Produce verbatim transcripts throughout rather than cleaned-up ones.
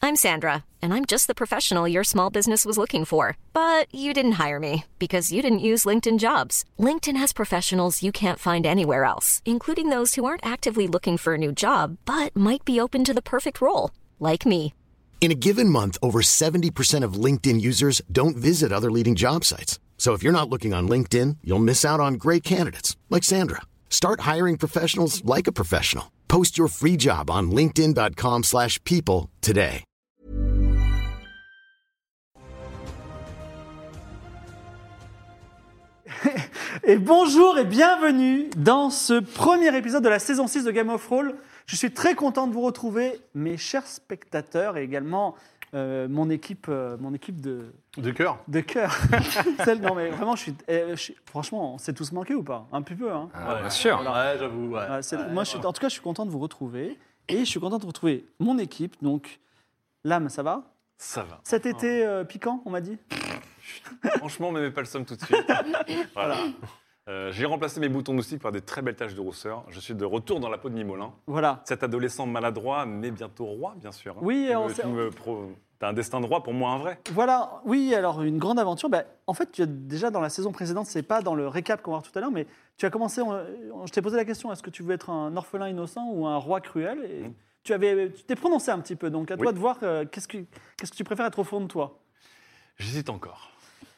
I'm Sandra, and I'm just the professional your small business was looking for. But you didn't hire me because you didn't use LinkedIn Jobs. LinkedIn has professionals you can't find anywhere else, including those who aren't actively looking for a new job, but might be open to the perfect role, like me. In a given month, over seventy percent of LinkedIn users don't visit other leading job sites. So if you're not looking on LinkedIn, you'll miss out on great candidates like Sandra. Start hiring professionals like a professional. Post your free job on linkedin dot com slash people today. Et bonjour et bienvenue dans ce premier épisode de la saison six de Game of Thrones. Je suis très content de vous retrouver, mes chers spectateurs, et également euh, mon équipe, euh, mon équipe de de cœur. De cœur. Celle, non mais vraiment, je suis, euh, je suis, franchement, on s'est tous manqué ou pas? Un petit peu, hein. Ah, ouais, bien sûr. Voilà. Ouais, j'avoue. Ouais. Ouais, c'est, ouais, moi, je suis, en tout cas, je suis content de vous retrouver, et je suis content de retrouver mon équipe. Donc, Lame, ça va? Ça va. Cet été euh, piquant, on m'a dit. Franchement, m'aimez pas le somme tout de suite. Voilà. Euh, j'ai remplacé mes boutons moustiques par des très belles taches de rousseur. Je suis de retour dans la peau de Mimolin. Voilà. Cet adolescent maladroit, mais bientôt roi, bien sûr. hein. Oui, Tu on me- sait- tu me pro- T'as un destin de roi, pour moi un vrai. Voilà, oui, alors une grande aventure. Ben, en fait, tu as déjà dans la saison précédente, c'est pas dans le récap qu'on va voir tout à l'heure, mais tu as commencé, on- on- je t'ai posé la question, est-ce que tu veux être un orphelin innocent ou un roi cruel? Et Mm. tu, avais, tu t'es prononcé un petit peu, donc à toi Oui. de voir euh, qu'est-ce, que, qu'est-ce que tu préfères être au fond de toi. J'hésite encore.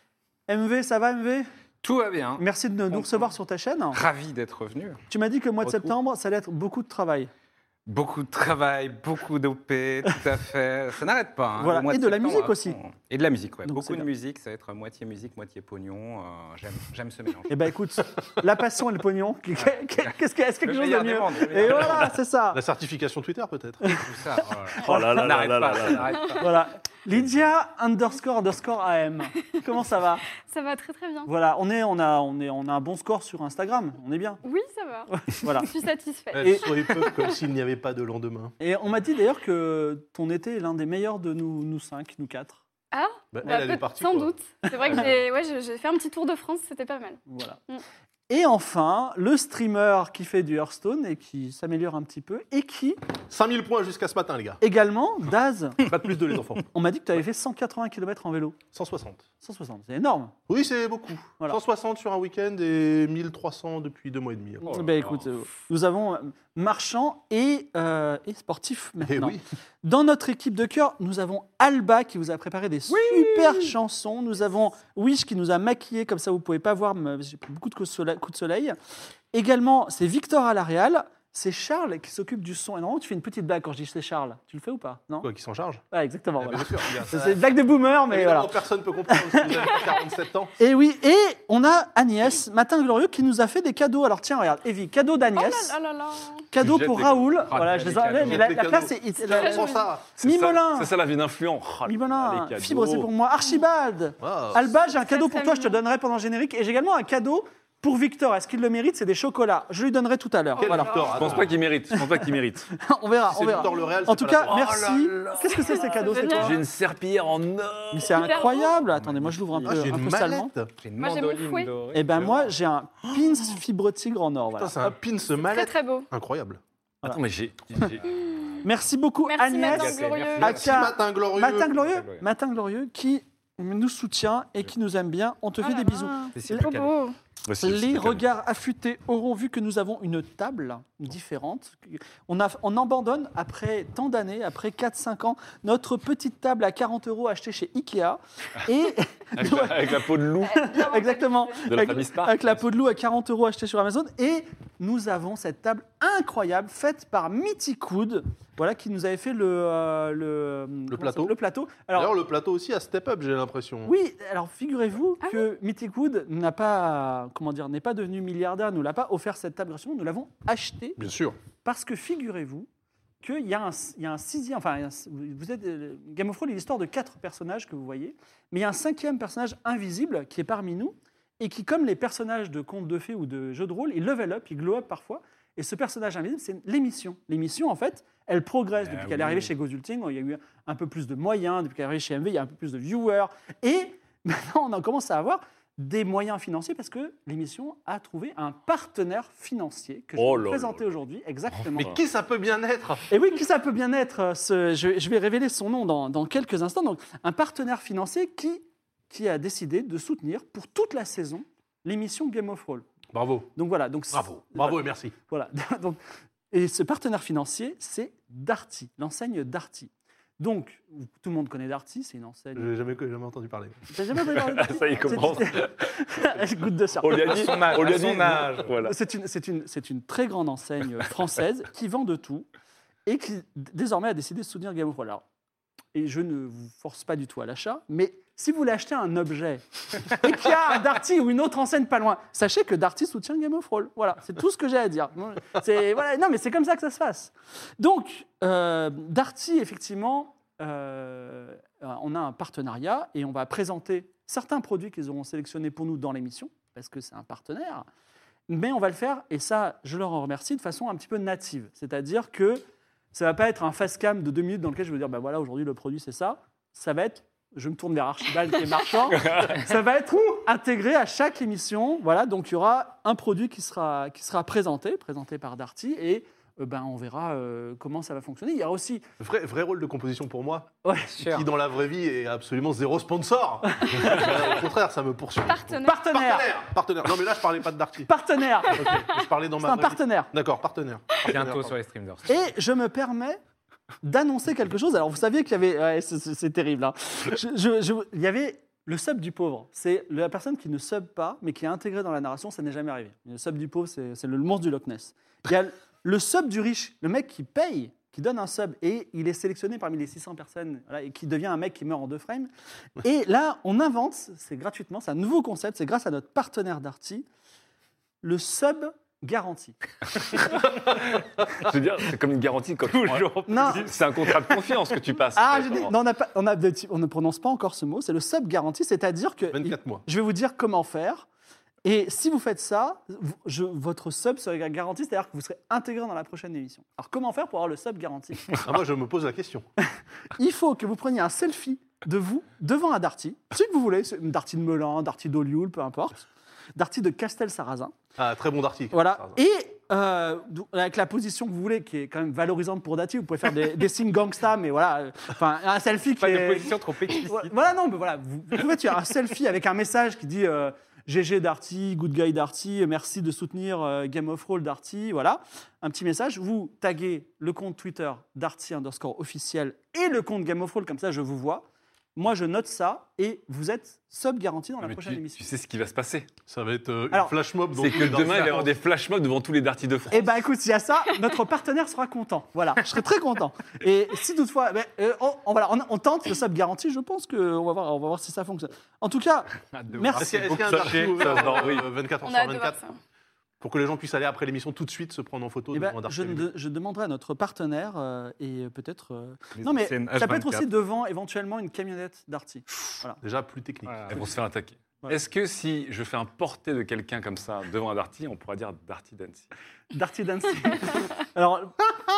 M V, ça va M V? Tout va bien. Merci de nous- nous recevoir sur ta chaîne. Ravi d'être revenu. Tu m'as dit que le mois de Retour. septembre, ça allait être beaucoup de travail. Beaucoup de travail, beaucoup d'O P, tout à fait. Ça n'arrête pas. hein. Voilà, Le mois et de la septembre, musique à aussi. fond. Et de la musique, ouais. Donc, c'est Beaucoup de bien. musique, ça va être moitié musique, moitié pognon. euh, j'aime, j'aime ce mélange. Eh bien écoute, la passion et le pognon, qu'est-ce que, est-ce quelque Le chose de meilleur des mieux? mondes, le Et meilleur. voilà, c'est ça. La certification Twitter, peut-être. Tout ça. Oh là là ça là n'arrête là pas, là ça là. n'arrête pas. Voilà. Lydia underscore underscore A M. Comment ça va? Ça va très très bien. Voilà, on, est, on, a, on, est, on a un bon score sur Instagram, on est bien. Oui, ça va. Voilà. Je suis satisfaite. Elle Et- soyez peu comme s'il n'y avait pas de lendemain. Et on m'a dit d'ailleurs que ton été est l'un des meilleurs de nous, nous cinq, nous quatre. Ah, Bah, bah, elle, elle est peut- partie. sans quoi. doute. C'est vrai que j'ai, ouais, j'ai j'ai fait un petit tour de France, c'était pas mal. Voilà. Mm. Et enfin, le streamer qui fait du Hearthstone et qui s'améliore un petit peu, et qui, cinq mille points jusqu'à ce matin, les gars. également, Daz, Pas de plus de les enfants. on m'a dit que tu avais fait cent quatre-vingts kilomètres en vélo. cent soixante. cent soixante, c'est énorme. Oui, c'est beaucoup. Voilà. cent soixante sur un week-end et mille trois cents depuis deux mois et demi. Oh Eh là ben, là. écoute, euh, nous avons euh, marchand et, euh, et sportif Et maintenant. oui. Dans notre équipe de cœur, nous avons Alba qui vous a préparé des super chansons. Nous avons Wish qui nous a maquillés, comme ça vous ne pouvez pas voir, mais j'ai pris beaucoup de coups de soleil. coups de soleil. Également, c'est Victor à la réal. C'est Charles qui s'occupe du son. Et normalement, tu fais une petite blague quand je dis c'est Charles. Tu le fais ou pas? Non? Quoi, qui s'en charge? Ouais, exactement. Eh ben, voilà. bien sûr, bien. Ça, C'est une blague de boomer, mais Évidemment, voilà. personne ne peut comprendre parce que vous avez quarante-sept ans. Et oui, et on a Agnès, Matin Glorieux, qui nous a fait des cadeaux. Alors tiens, regarde, Evie, cadeau Oh d'Agnès. là là là là. Cadeau Tu jettes pour les Raoul. Ah, voilà, il y je a les des enlève, cadeaux. mais la, Les la cadeaux. place est. C'est la- pour ça. C'est Mimolin. ça- C'est ça la vie d'influent. Oh là là, Mimolin, les cadeaux. Fibre, c'est pour moi. Archibald. Wow. Alba, j'ai un cadeau Très, pour très toi, je te mignon. donnerai pendant le générique. Et j'ai également un cadeau pour Victor. Est-ce qu'il le mérite? C'est des chocolats. Je lui donnerai tout à l'heure. Quel Voilà. Victor? Je pense pas qu'il mérite. Je pense pas qu'il mérite. on verra, Si on c'est verra. Victor le Real, En c'est tout pas la cas, peine. merci. Qu'est-ce que c'est ces cadeaux? C'est Génial. quoi? J'ai une serpillière en or. Mais c'est Hyper incroyable. Attendez, moi je l'ouvre un Ah, peu, j'ai un une peu salement. mallette. J'ai une Moi, j'ai mon mandoline fouet. dorée. Et ben moi, j'ai un pins fibre tigre en or. Putain, Voilà. c'est un pin, ce Très mallette. très beau. Incroyable. Attends, mais j'ai. j'ai- Merci beaucoup, Merci Agnès. Matin Glorieux. Merci. Aka- Matin glorieux. Matin Glorieux, Matin Glorieux. Matin Glorieux, qui nous soutient et qui nous aime bien. On te Oh fait là des là. bisous. C'est Trop super beau. Ouais, c'est- c'est Les cadeau. regards affûtés auront vu que nous avons une table différente. On, a, on abandonne, après tant d'années, après quatre cinq ans, notre petite table à quarante euros achetée chez Ikea. Et, Avec la, avec la peau de loup exactement, de la avec, famille Stark. avec la peau de loup à quarante euros achetée sur Amazon. Et nous avons cette table incroyable faite par Mythic Wood, voilà, qui nous avait fait le, euh, le, comment ça plateau. s'appelle Le plateau. Alors, D'ailleurs, le plateau aussi a step up, j'ai l'impression. oui, alors figurez-vous Ah que Mythic Wood n'a pas, comment dire, n'est pas devenu milliardaire, nous l'a pas offert cette table gratuitement, nous l'avons acheté Bien sûr. parce que figurez-vous qu'il y a un, il y a un sixième, enfin, il y a un- vous êtes, euh, Game of Thrones est l'histoire de quatre personnages que vous voyez, mais il y a un cinquième personnage invisible qui est parmi nous et qui, comme les personnages de contes de fées ou de jeux de rôle, il level up, il glow up parfois. Et ce personnage invisible, c'est l'émission. L'émission, en fait, elle progresse depuis Ah qu'elle est oui. arrivée chez Gozulting. Il y a eu un peu plus de moyens. Depuis qu'elle est arrivée chez M V, il y a un peu plus de viewers. Et maintenant, on en commence à avoir des moyens financiers parce que l'émission a trouvé un partenaire financier que je Oh vais vous là présenter là. aujourd'hui. Exactement. Mais qui ça peut bien être? Et oui, qui ça peut bien être euh, ce, je, je vais révéler son nom dans, dans quelques instants. Donc, un partenaire financier qui, qui a décidé de soutenir pour toute la saison l'émission Game of Thrones. Bravo. Donc voilà. Donc, Bravo. c'est- Bravo et merci. Voilà. Donc, et ce partenaire financier, c'est Darty, l'enseigne Darty. Donc, tout le monde connaît Darty, c'est une enseigne. J'ai jamais, jamais entendu parler. T'as jamais entendu parler de Darty? Ça y est, commence. C'est- Goutte de sang. On lui a dit, son âge, on lui a à dit- son âge. Voilà. C'est une, c'est une- c'est une très grande enseigne française qui vend de tout et qui d- désormais a décidé de soutenir Game of Thrones. Alors, et je ne vous force pas du tout à l'achat, mais si vous voulez acheter un objet et qu'il y a un Darty ou une autre enseigne pas loin, sachez que Darty soutient Game of Thrones. Voilà, c'est tout ce que j'ai à dire. C'est, voilà, non, mais c'est comme ça que ça se passe. Donc, euh, Darty, effectivement, euh, on a un partenariat et on va présenter certains produits qu'ils auront sélectionnés pour nous dans l'émission, parce que c'est un partenaire. Mais on va le faire, et ça, je leur en remercie, de façon un petit peu native. C'est-à-dire que ça ne va pas être un fast cam de deux minutes dans lequel je vais dire, ben voilà, aujourd'hui, le produit, c'est ça. Ça va être, je me tourne vers Archibald qui est marchand, ça va être intégré à chaque émission. Voilà, donc il y aura un produit qui sera, qui sera présenté, présenté par Darty, et euh, ben, on verra euh, comment ça va fonctionner. Il y aura aussi... Vrai, vrai rôle de composition pour moi, Ouais, qui dans la vraie vie est absolument zéro sponsor. Euh, Au contraire, ça me poursuit. Partenaire. partenaire. Partenaire. Partenaire. Non mais là, je parlais pas de Darty. Partenaire. Ok, je parlais dans C'est ma un vraie vie. partenaire. D'accord, partenaire. Bientôt Partenaire, sur les streams d'Heure. Et je me permets d'annoncer quelque chose. Alors, vous saviez qu'il y avait... ouais, c'est, c'est- c'est terrible. Hein. Je- je- je- il y avait le sub du pauvre. C'est la personne qui ne sub pas, mais qui est intégrée dans la narration. Ça n'est jamais arrivé. Le sub du pauvre, c'est, c'est le monstre du Loch Ness. Il y a le sub du riche, le mec qui paye, qui donne un sub, et il est sélectionné parmi les six cents personnes, voilà, et qui devient un mec qui meurt en deux frames. Et là, on invente, c'est gratuitement, c'est un nouveau concept, c'est grâce à notre partenaire Darty, le sub garanti. Je veux dire, c'est comme une garantie. Comme toujours. Non. C'est un contrat de confiance que tu passes. Ah, en fait, je dis- vraiment. non, on, n'a pas- on, a de- on ne prononce pas encore ce mot, c'est le sub garanti, c'est-à-dire que vingt-quatre mois. je vais vous dire comment faire. Et si vous faites ça, vous- je- votre sub sera garanti, c'est-à-dire que vous serez intégré dans la prochaine émission. Alors comment faire pour avoir le sub garanti? Ah, moi, je me pose la question. Il faut que vous preniez un selfie de vous devant un Darty, celui que vous voulez, c'est Darty de Melun, Darty d'Olioul, peu importe, Darty de Castel-Sarrazin. Ah, très bon Darty. Voilà. Et euh, d'où- avec la position que vous voulez, qui est quand même valorisante pour Darty, vous pouvez faire des, des signes gangsta, mais voilà, euh, enfin un selfie qui Pas de est... position trop explicite. Voilà, non, mais voilà, vous, vous pouvez faire un selfie avec un message qui dit euh, G G Darty, good guy Darty, merci de soutenir euh, Game of Thrones Darty, voilà, un petit message. Vous taguez le compte Twitter Darty underscore officiel et le compte Game of Thrones, comme ça je vous vois. Moi, je note ça et vous êtes sub garanti dans la Mais prochaine tu, émission. tu sais ce qui va se passer. Ça va être euh, une Alors, flash mob. dont C'est tous que les demain, il va y Darty- avoir des flash mobs devant tous les Darty de France. Eh ben écoute, s'il y a ça, notre partenaire sera content. Voilà, je serai très content. Et si toutefois, ben, euh, on, on- voilà, on, on tente le sub garanti, je pense qu'on va voir, on va voir si ça fonctionne. En tout cas, merci. Est-ce qu'il y a, est-ce qu'il y a un Ça, Darty c'est- ouvert, ça se vend, oui. euh, vingt-quatre heures On a sur hâte de voir vingt-quatre ça. pour que les gens puissent aller après l'émission tout de suite se prendre en photo Eh ben, devant un Darty. je, ne- je demanderai à notre partenaire euh, et peut-être. euh, Non, mais C'est une ça peut être H vingt-quatre. aussi devant éventuellement une camionnette Darty. Déjà plus technique. Voilà. Elles vont se faire attaquer. Ouais. Est-ce que si je fais un portrait de quelqu'un comme ça devant un Darty, on pourra dire Darty Dancy? Darty Dancing. Alors,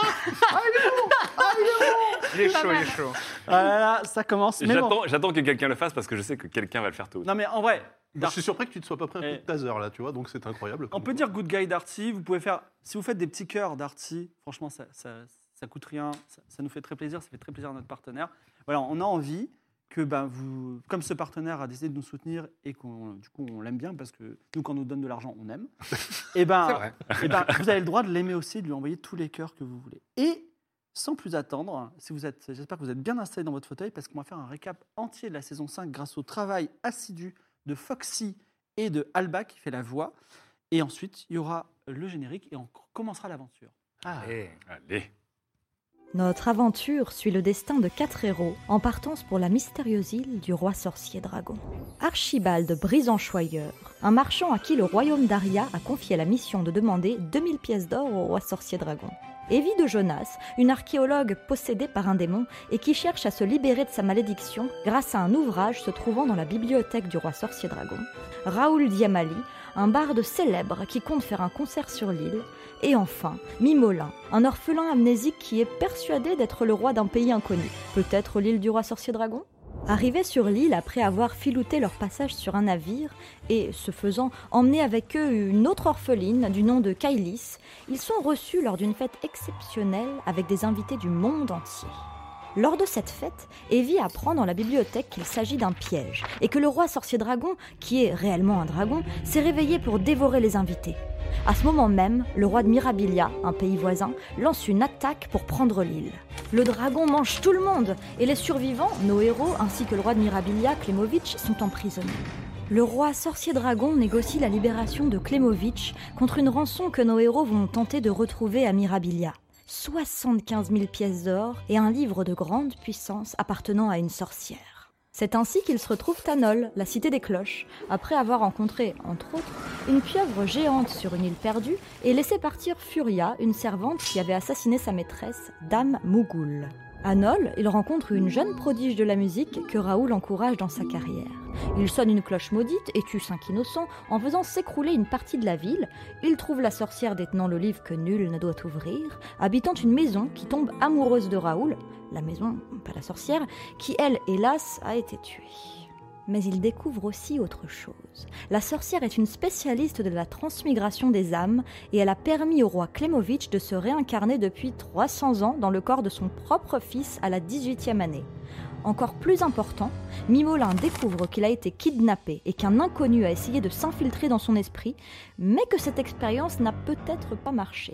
Il est chaud, il est chaud. ah là là, ça commence. Mais bon. J'attends j'attends que quelqu'un le fasse parce que je sais que quelqu'un va le faire tôt. Non, mais en vrai, Je Darty- suis surpris que tu ne sois pas pris un Eh. coup de taser là, tu vois, donc c'est incroyable. on peut dire good guy Darty. Vous pouvez faire. Si vous faites des petits cœurs Darty, franchement, ça, ça, ça coûte rien. Ça, ça nous fait très plaisir. Ça fait très plaisir à notre partenaire. Voilà, on a envie que ben, vous, comme ce partenaire a décidé de nous soutenir et qu'on, du coup, on l'aime bien parce que nous, quand on nous donne de l'argent, on aime. Et ben, C'est vrai. eh ben, vous avez le droit de l'aimer aussi, de lui envoyer tous les cœurs que vous voulez. Et sans plus attendre, si vous êtes, j'espère que vous êtes bien installés dans votre fauteuil parce qu'on va faire un récap entier de la saison cinq grâce au travail assidu de Foxy et de Alba qui fait la voix. Et ensuite, il y aura le générique et on commencera l'aventure. Eh. Allez. Notre aventure suit le destin de quatre héros en partance pour la mystérieuse île du roi sorcier dragon. Archibald Brisanchoyeur, un marchand à qui le royaume d'Aria a confié la mission de demander deux mille pièces d'or au roi sorcier dragon. Evie de Jonas, une archéologue possédée par un démon et qui cherche à se libérer de sa malédiction grâce à un ouvrage se trouvant dans la bibliothèque du roi sorcier dragon. Raoul Diamali, un barde célèbre qui compte faire un concert sur l'île. Et enfin, Mimolin, un orphelin amnésique qui est persuadé d'être le roi d'un pays inconnu. Peut-être l'île du roi sorcier dragon ? Arrivés sur l'île après avoir filouté leur passage sur un navire et, ce faisant, emmené avec eux une autre orpheline du nom de Kailis, ils sont reçus lors d'une fête exceptionnelle avec des invités du monde entier. Lors de cette fête, Evie apprend dans la bibliothèque qu'il s'agit d'un piège et que le roi sorcier dragon, qui est réellement un dragon, s'est réveillé pour dévorer les invités. À ce moment même, le roi de Mirabilia, un pays voisin, lance une attaque pour prendre l'île. Le dragon mange tout le monde et les survivants, nos héros, ainsi que le roi de Mirabilia, Klemovitch, sont emprisonnés. Le roi sorcier dragon négocie la libération de Klemovitch contre une rançon que nos héros vont tenter de retrouver à Mirabilia. soixante-quinze mille pièces d'or et un livre de grande puissance appartenant à une sorcière. C'est ainsi qu'ils se retrouvent à Nol, la cité des cloches, après avoir rencontré, entre autres, une pieuvre géante sur une île perdue et laissé partir Furia, une servante qui avait assassiné sa maîtresse, Dame Mougoul. À Nol, il rencontre une jeune prodige de la musique que Raoul encourage dans sa carrière. Il sonne une cloche maudite et tue cinq innocents en faisant s'écrouler une partie de la ville. Il trouve la sorcière détenant le livre que nul ne doit ouvrir, habitant une maison qui tombe amoureuse de Raoul, la maison, pas la sorcière, qui elle, hélas, a été tuée. Mais il découvre aussi autre chose. La sorcière est une spécialiste de la transmigration des âmes et elle a permis au roi Klemovitch de se réincarner depuis trois cents ans dans le corps de son propre fils à la dix-huitième année. Encore plus important, Mimolin découvre qu'il a été kidnappé et qu'un inconnu a essayé de s'infiltrer dans son esprit, mais que cette expérience n'a peut-être pas marché.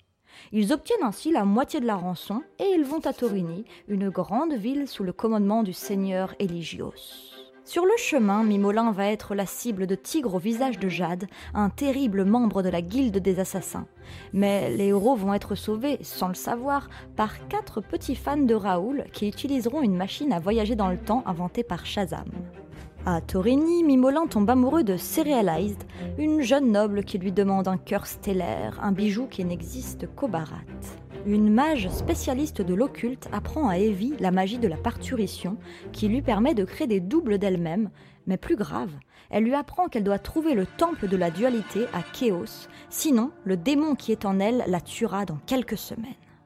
Ils obtiennent ainsi la moitié de la rançon et ils vont à Torini, une grande ville sous le commandement du seigneur Eligios. Sur le chemin, Mimolin va être la cible de Tigre au visage de jade, un terrible membre de la guilde des assassins. Mais les héros vont être sauvés, sans le savoir, par quatre petits fans de Raoul qui utiliseront une machine à voyager dans le temps inventée par Shazam. À Torini, Mimolin tombe amoureux de Cerealized, une jeune noble qui lui demande un cœur stellaire, un bijou qui n'existe qu'au Bharat. Une mage spécialiste de l'occulte apprend à Evie la magie de la parturition, qui lui permet de créer des doubles d'elle-même, mais plus grave, elle lui apprend qu'elle doit trouver le temple de la dualité à Chaos, sinon le démon qui est en elle la tuera dans quelques semaines.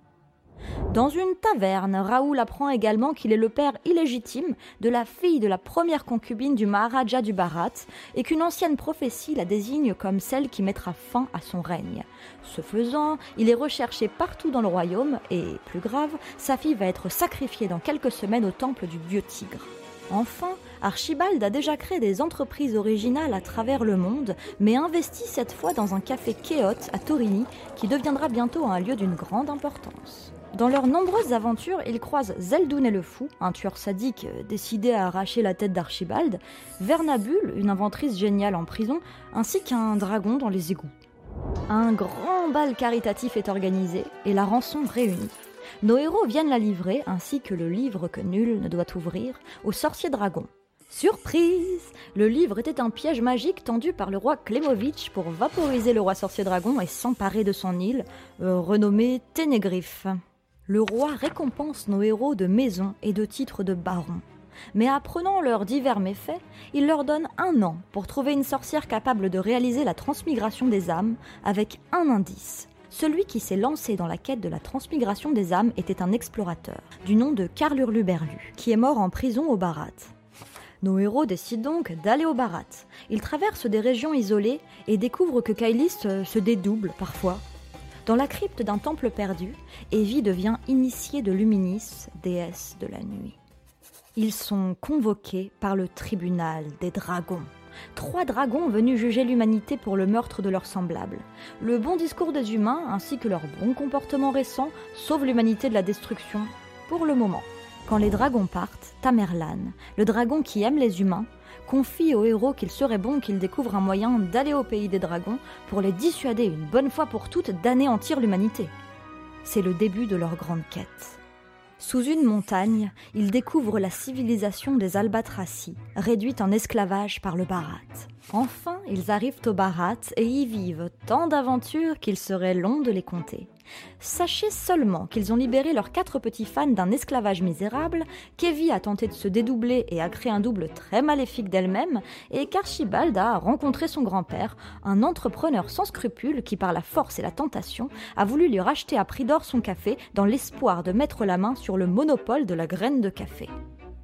Dans une taverne, Raoul apprend également qu'il est le père illégitime de la fille de la première concubine du Maharaja du Bharat et qu'une ancienne prophétie la désigne comme celle qui mettra fin à son règne. Ce faisant, il est recherché partout dans le royaume et, plus grave, sa fille va être sacrifiée dans quelques semaines au temple du dieu tigre. Enfin, Archibald a déjà créé des entreprises originales à travers le monde, mais investit cette fois dans un café Kéote à Torini qui deviendra bientôt un lieu d'une grande importance. Dans leurs nombreuses aventures, ils croisent Zeldoun et le Fou, un tueur sadique décidé à arracher la tête d'Archibald, Vernabule, une inventrice géniale en prison, ainsi qu'un dragon dans les égouts. Un grand bal caritatif est organisé et la rançon réunie. Nos héros viennent la livrer, ainsi que le livre que nul ne doit ouvrir, au sorcier dragon. Surprise! Le livre était un piège magique tendu par le roi Klemovitch pour vaporiser le roi sorcier dragon et s'emparer de son île, euh, renommée Ténégriffe. Le roi récompense nos héros de maisons et de titres de barons. Mais apprenant leurs divers méfaits, il leur donne un an pour trouver une sorcière capable de réaliser la transmigration des âmes avec un indice. Celui qui s'est lancé dans la quête de la transmigration des âmes était un explorateur, du nom de Karl Hurluberlu, qui est mort en prison au Bharat. Nos héros décident donc d'aller au Bharat. Ils traversent des régions isolées et découvrent que Kailis se dédouble parfois. Dans la crypte d'un temple perdu, Evie devient initiée de Luminis, déesse de la nuit. Ils sont convoqués par le tribunal des dragons. Trois dragons venus juger l'humanité pour le meurtre de leurs semblables. Le bon discours des humains ainsi que leur bon comportement récent sauvent l'humanité de la destruction, pour le moment. Quand les dragons partent, Tamerlan, le dragon qui aime les humains, confie aux héros qu'il serait bon qu'ils découvrent un moyen d'aller au pays des dragons pour les dissuader une bonne fois pour toutes d'anéantir l'humanité. C'est le début de leur grande quête. Sous une montagne, ils découvrent la civilisation des Albatraci, réduite en esclavage par le Bharat. Enfin, ils arrivent au Bharat et y vivent tant d'aventures qu'il serait long de les compter. Sachez seulement qu'ils ont libéré leurs quatre petits fans d'un esclavage misérable, qu'Evie a tenté de se dédoubler et a créé un double très maléfique d'elle-même, et qu'Archibald a rencontré son grand-père, un entrepreneur sans scrupules qui, par la force et la tentation, a voulu lui racheter à prix d'or son café dans l'espoir de mettre la main sur le monopole de la graine de café.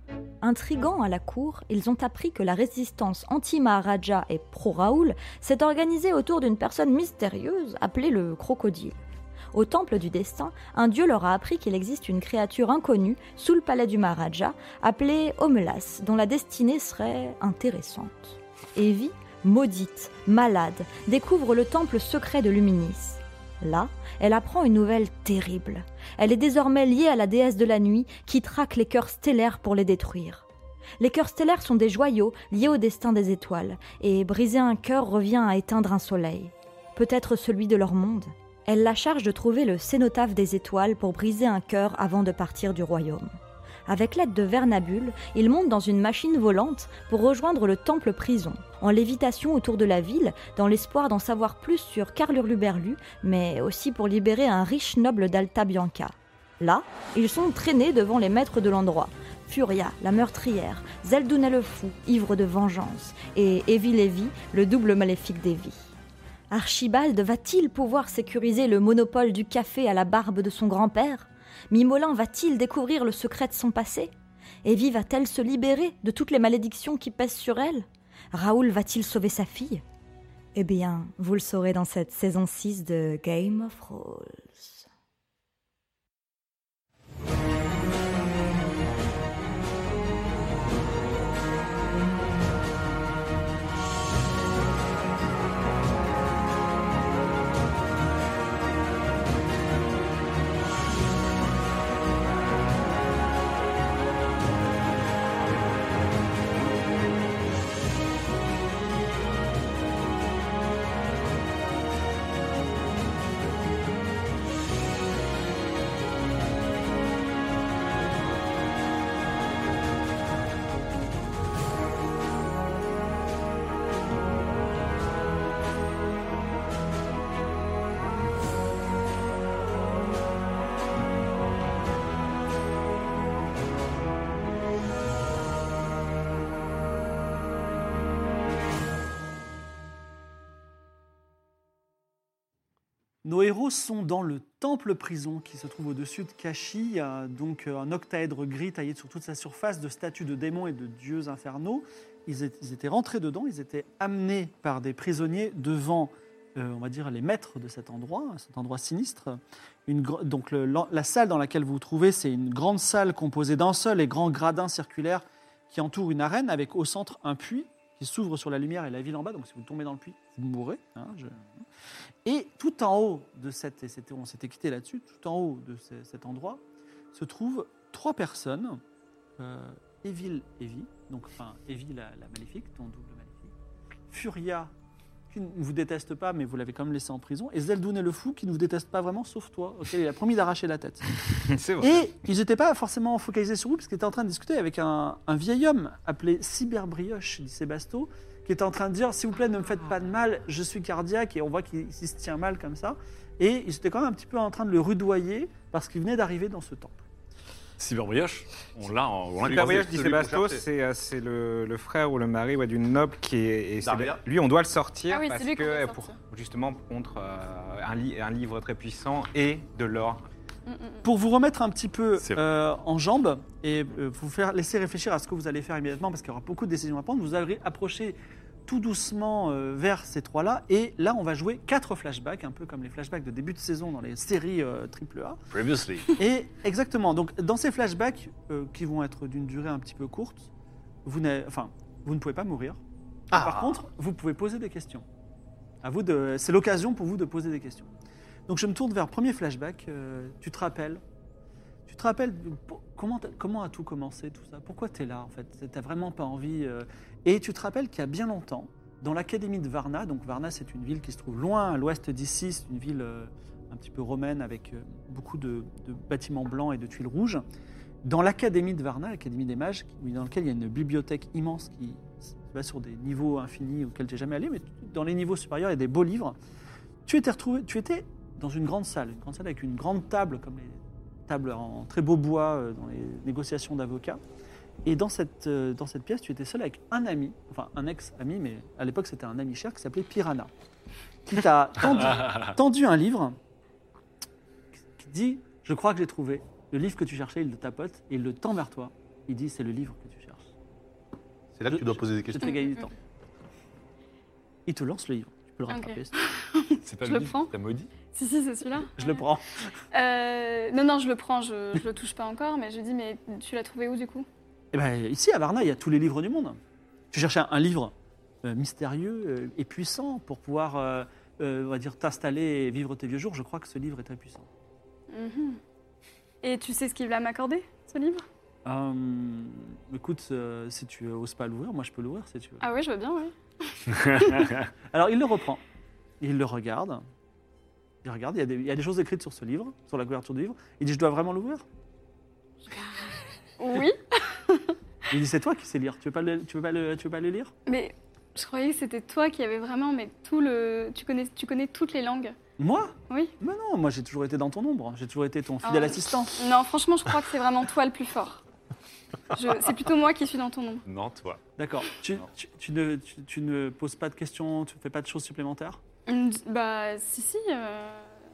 Intrigants à la cour, ils ont appris que la résistance anti-Maharaja et pro-Raoul s'est organisée autour d'une personne mystérieuse appelée le crocodile. Au temple du destin, un dieu leur a appris qu'il existe une créature inconnue sous le palais du Maharaja, appelée Omelas, dont la destinée serait intéressante. Evie, maudite, malade, découvre le temple secret de Luminis. Là, elle apprend une nouvelle terrible. Elle est désormais liée à la déesse de la nuit qui traque les cœurs stellaires pour les détruire. Les cœurs stellaires sont des joyaux liés au destin des étoiles, et briser un cœur revient à éteindre un soleil. Peut-être celui de leur monde. Elle la charge de trouver le cénotaphe des étoiles pour briser un cœur avant de partir du royaume. Avec l'aide de Vernabule, ils montent dans une machine volante pour rejoindre le temple prison, en lévitation autour de la ville, dans l'espoir d'en savoir plus sur Carlurluberlu, mais aussi pour libérer un riche noble d'Alta Bianca. Là, ils sont traînés devant les maîtres de l'endroit, Furia, la meurtrière, Zeldounet le fou, ivre de vengeance, et Evie Lévy, le double maléfique d'Evie. Archibald va-t-il pouvoir sécuriser le monopole du café à la barbe de son grand-père ? Mimolin va-t-il découvrir le secret de son passé ? Evie va-t-elle se libérer de toutes les malédictions qui pèsent sur elle ? Raoul va-t-il sauver sa fille ? Eh bien, vous le saurez dans cette saison six de Game of Thrones. Nos héros sont dans le temple-prison qui se trouve au-dessus de Kashi. Il y a donc un octaèdre gris taillé sur toute sa surface de statues de démons et de dieux infernaux. Ils étaient rentrés dedans, ils étaient amenés par des prisonniers devant, euh, on va dire, les maîtres de cet endroit, cet endroit sinistre. Une, donc le, la salle dans laquelle vous vous trouvez, c'est une grande salle composée d'un seul et grand gradin circulaire qui entoure une arène avec au centre un puits qui s'ouvre sur la lumière et la ville en bas. Donc si vous tombez dans le puits, vous mourrez. Hein, je... Et tout en haut de cette, et c'était, on s'était quitté là-dessus, tout en haut de ce, cet endroit se trouvent trois personnes. Euh, Evil Evie, donc enfin Evie la, la maléfique, ton double maléfique. Furia, qui ne vous déteste pas, mais vous l'avez quand même laissé en prison. Et Zeldounet le fou, qui ne vous déteste pas vraiment, sauf toi, auquel il a promis d'arracher la tête. C'est vrai. Et ils n'étaient pas forcément focalisés sur vous, parce qu'ils étaient en train de discuter avec un, un vieil homme appelé Cyberbrioche, dit Sébasto, qui était en train de dire, s'il vous plaît, ne me faites pas de mal, je suis cardiaque, et on voit qu'il, qu'il se tient mal comme ça. Et ils étaient quand même un petit peu en train de le rudoyer, parce qu'il venait d'arriver dans ce temple. Cyberbrioche, on l'a on l'a Cyberbrioche, dit celui qu'on Sébasto, cherchait. c'est, euh, c'est le, le frère ou le mari ouais, d'une noble qui est. Et c'est Daria. lui, on doit le sortir Ah oui, c'est parce lui qu'on que doit pour, sortir. justement contre euh, un, li- un livre très puissant et de l'or. Pour vous remettre un petit peu C'est euh, en jambes et euh, vous faire laisser réfléchir à ce que vous allez faire immédiatement, parce qu'il y aura beaucoup de décisions à prendre, vous allez approcher tout doucement euh, vers ces trois-là. Et là, on va jouer quatre flashbacks, un peu comme les flashbacks de début de saison dans les séries euh, triple A. Previously. Et exactement, donc dans ces flashbacks euh, qui vont être d'une durée un petit peu courte, vous, n'avez- enfin, vous ne pouvez pas mourir. Ah. Par contre, vous pouvez poser des questions. À vous de, c'est l'occasion pour vous de poser des questions. Donc je me tourne vers le premier flashback. Euh, tu te rappelles Tu te rappelles pour- comment, t'as- comment a tout commencé, tout ça? Pourquoi tu es là, en fait? Tu n'as vraiment pas envie euh, Et tu te rappelles qu'il y a bien longtemps, dans l'académie de Varna, donc Varna, c'est une ville qui se trouve loin à l'ouest d'ici, c'est une ville euh, un petit peu romaine avec euh, beaucoup de, de bâtiments blancs et de tuiles rouges. Dans l'académie de Varna, l'académie des mages, qui- dans laquelle il y a une bibliothèque immense qui se base sur des niveaux infinis auxquels j'ai jamais allé, mais dans les niveaux supérieurs, il y a des beaux livres. Tu étais retrouvé, tu étais dans une grande salle, une grande salle avec une grande table, comme les tables en très beau bois euh, dans les négociations d'avocats. Et dans cette, euh, dans cette pièce, tu étais seul avec un ami, enfin un ex-ami, mais à l'époque c'était un ami cher qui s'appelait Piranha, qui t'a tendu, tendu un livre qui dit « Je crois que j'ai trouvé le livre que tu cherchais », il le tapote et il le tend vers toi. Il dit « C'est le livre que tu cherches ». C'est là que Je- tu dois poser des Je te questions. fais gagner du temps. Il te lance le livre. Tu peux le Ok. rattraper. C'est pas Je le le livre prends. que t'as maudit. Si, si, c'est celui-là. Je le prends. Euh, non, non, je le prends, je, je le touche pas encore, mais je dis, mais tu l'as trouvé où du coup? Eh ben, ici, à Varna, il y a tous les livres du monde. Tu cherchais un, un livre euh, mystérieux euh, et puissant pour pouvoir, euh, euh, on va dire, t'installer et vivre tes vieux jours. Je crois que ce livre est très puissant. Mhm. Et tu sais ce qu'il va m'accorder, ce livre? Euh, écoute, euh, si tu oses pas l'ouvrir, moi je peux l'ouvrir si tu veux. Ah oui, je veux bien, oui. Alors il le reprend, il le regarde, il regarde, il y, a des, il y a des choses écrites sur ce livre, sur la couverture du livre. Il dit, je dois vraiment l'ouvrir? Oui, Il dit, c'est toi qui sais lire, tu veux pas le, tu veux pas le, tu veux pas le lire? mais je croyais que c'était toi qui avais vraiment, mais tout le... Tu connais, tu connais toutes les langues. Moi? Oui. Mais non, moi j'ai toujours été dans ton ombre, j'ai toujours été ton fidèle Ah. assistant. Non, franchement, je crois que c'est vraiment toi le plus fort. Je- C'est plutôt moi qui suis dans ton ombre. Non, toi. D'accord. Tu, tu, tu ne, tu, tu ne poses pas de questions, tu ne fais pas de choses supplémentaires? Hum, Bah, si, si. euh,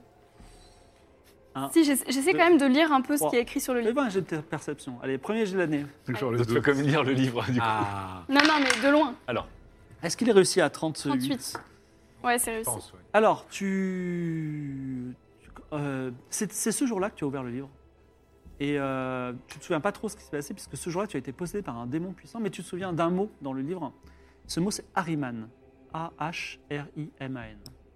Un, Si, j'essa- j'essaie deux, quand même de lire un peu ce trois. qui est écrit sur le Fais livre. pas un jet de perception. Allez, premier jet de l'année. Toujours le doute. Comme lire le livre, du coup. Ah, Non, non, mais de loin. Alors, Est-ce qu'il est réussi à trente-huit? trente-huit. Ouais, c'est je réussi. pense, ouais. Alors, tu... euh, c'est c'est ce jour-là que tu as ouvert le livre. Et euh, tu ne te souviens pas trop ce qui s'est passé, puisque ce jour-là, tu as été possédé par un démon puissant, mais tu te souviens d'un mot dans le livre. Ce mot, c'est Ahriman. A H R I M A N.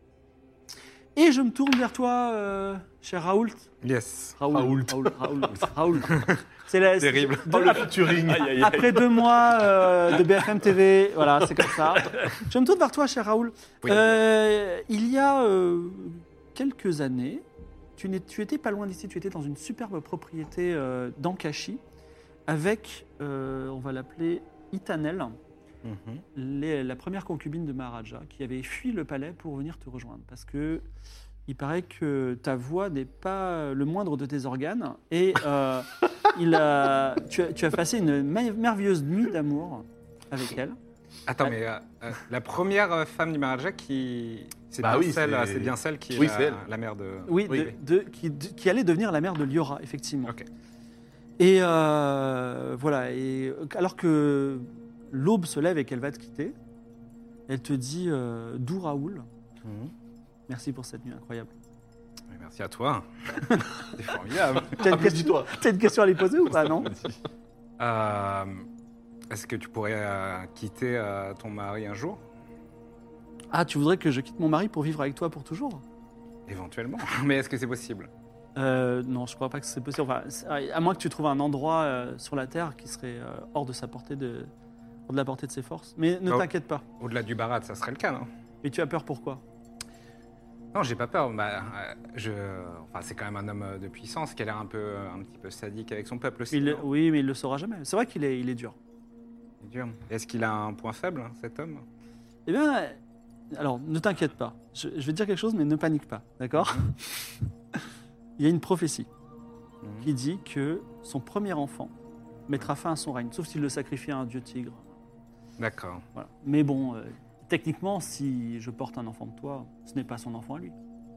Et je me tourne vers toi, euh, cher Raoult. Yes. Raoul. Raoult. Raoul. Raoul. Raoul. C'est la- Terrible. de- Oh, le featuring. aïe, aïe, aïe. Après deux mois euh, de B F M T V, voilà, c'est comme ça. Je me tourne vers toi, cher Raoul. Oui. Euh, il y a euh, quelques années, tu, n'es- tu étais pas loin d'ici, tu étais dans une superbe propriété euh, d'Ankashi avec, euh, on va l'appeler Itanel, Mhm. les- la première concubine de Maharaja, qui avait fui le palais pour venir te rejoindre. Parce que il paraît que ta voix n'est pas le moindre de tes organes. Et euh, il a, tu, as, tu as passé une me- merveilleuse nuit d'amour avec elle. Attends, mais euh, euh, la première euh, femme du Maharaja qui. C'est Bah bien, oui, celle, c'est- euh, c'est bien celle qui est Oui, la, c'est elle. la mère de. Oui, Oui, de- oui. de- qui, de- qui allait devenir la mère de Liora, effectivement. Ok. Et euh, voilà. Et alors que l'aube se lève et qu'elle va te quitter, elle te dit euh, D'où Raoul? Mhm. Merci pour cette nuit incroyable. Mais Merci à toi. C'est formidable. T'as une, question- Applaudis-toi. t'as une question à lui poser ou pas, non? Euh, Est-ce que tu pourrais euh, quitter euh, ton mari un jour? Ah, tu voudrais que je quitte mon mari pour vivre avec toi pour toujours? Éventuellement. Mais est-ce que c'est possible? Euh, non, je crois pas que c'est possible. Enfin, c'est- à moins que tu trouves un endroit euh, sur la Terre qui serait euh, hors de sa portée de, hors de la portée de ses forces. Mais ne Oh. t'inquiète pas. Au-delà du Barat, ça serait le cas, non? Mais tu as peur pourquoi? Non, j'ai pas peur. Bah, euh, je... enfin, c'est quand même un homme euh, de puissance qui a l'air un, peu, un petit peu sadique avec son peuple aussi. Il- non? Oui, mais il le saura jamais. C'est vrai qu'il est, il est dur. C'est dur. Est-ce qu'il a un point faible, cet homme? Eh bien, alors, ne t'inquiète pas. Je, je vais te dire quelque chose, mais ne panique pas, d'accord? Il y a une prophétie Mhm. qui dit que son premier enfant mettra fin à son règne, sauf s'il le sacrifie à un dieu tigre. D'accord. Voilà. Mais bon, euh, techniquement, si je porte un enfant de toi, ce n'est pas son enfant à lui.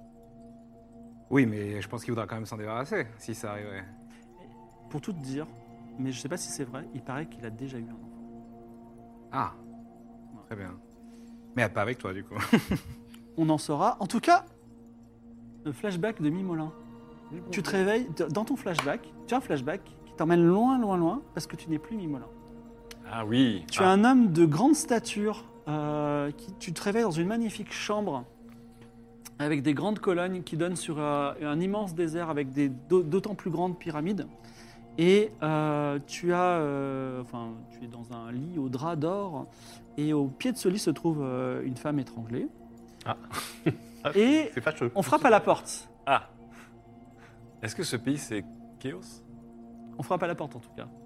Oui, mais je pense qu'il voudra quand même s'en débarrasser, si ça arriverait. Pour tout te dire, mais je ne sais pas si c'est vrai, il paraît qu'il a déjà eu un enfant. Ah, très bien. Mais pas avec toi, du coup. On en saura. En tout cas, le flashback de Mimolin. Tu te réveilles, d- dans ton flashback, tu as un flashback qui t'emmène loin, loin, loin, parce que tu n'es plus Mimolin. Ah oui. Tu es un homme de grande stature, euh, qui, tu te réveilles dans une magnifique chambre avec des grandes colonnes qui donnent sur euh, un immense désert avec des d'au- d'autant plus grandes pyramides. Et euh, tu as, euh, enfin, tu es dans un lit au drap d'or, et au pied de ce lit se trouve euh, une femme étranglée. Ah. Et C'est fâcheux. on frappe à la porte. Ah. Est-ce que ce pays, c'est Chaos? On frappe à la porte en tout cas.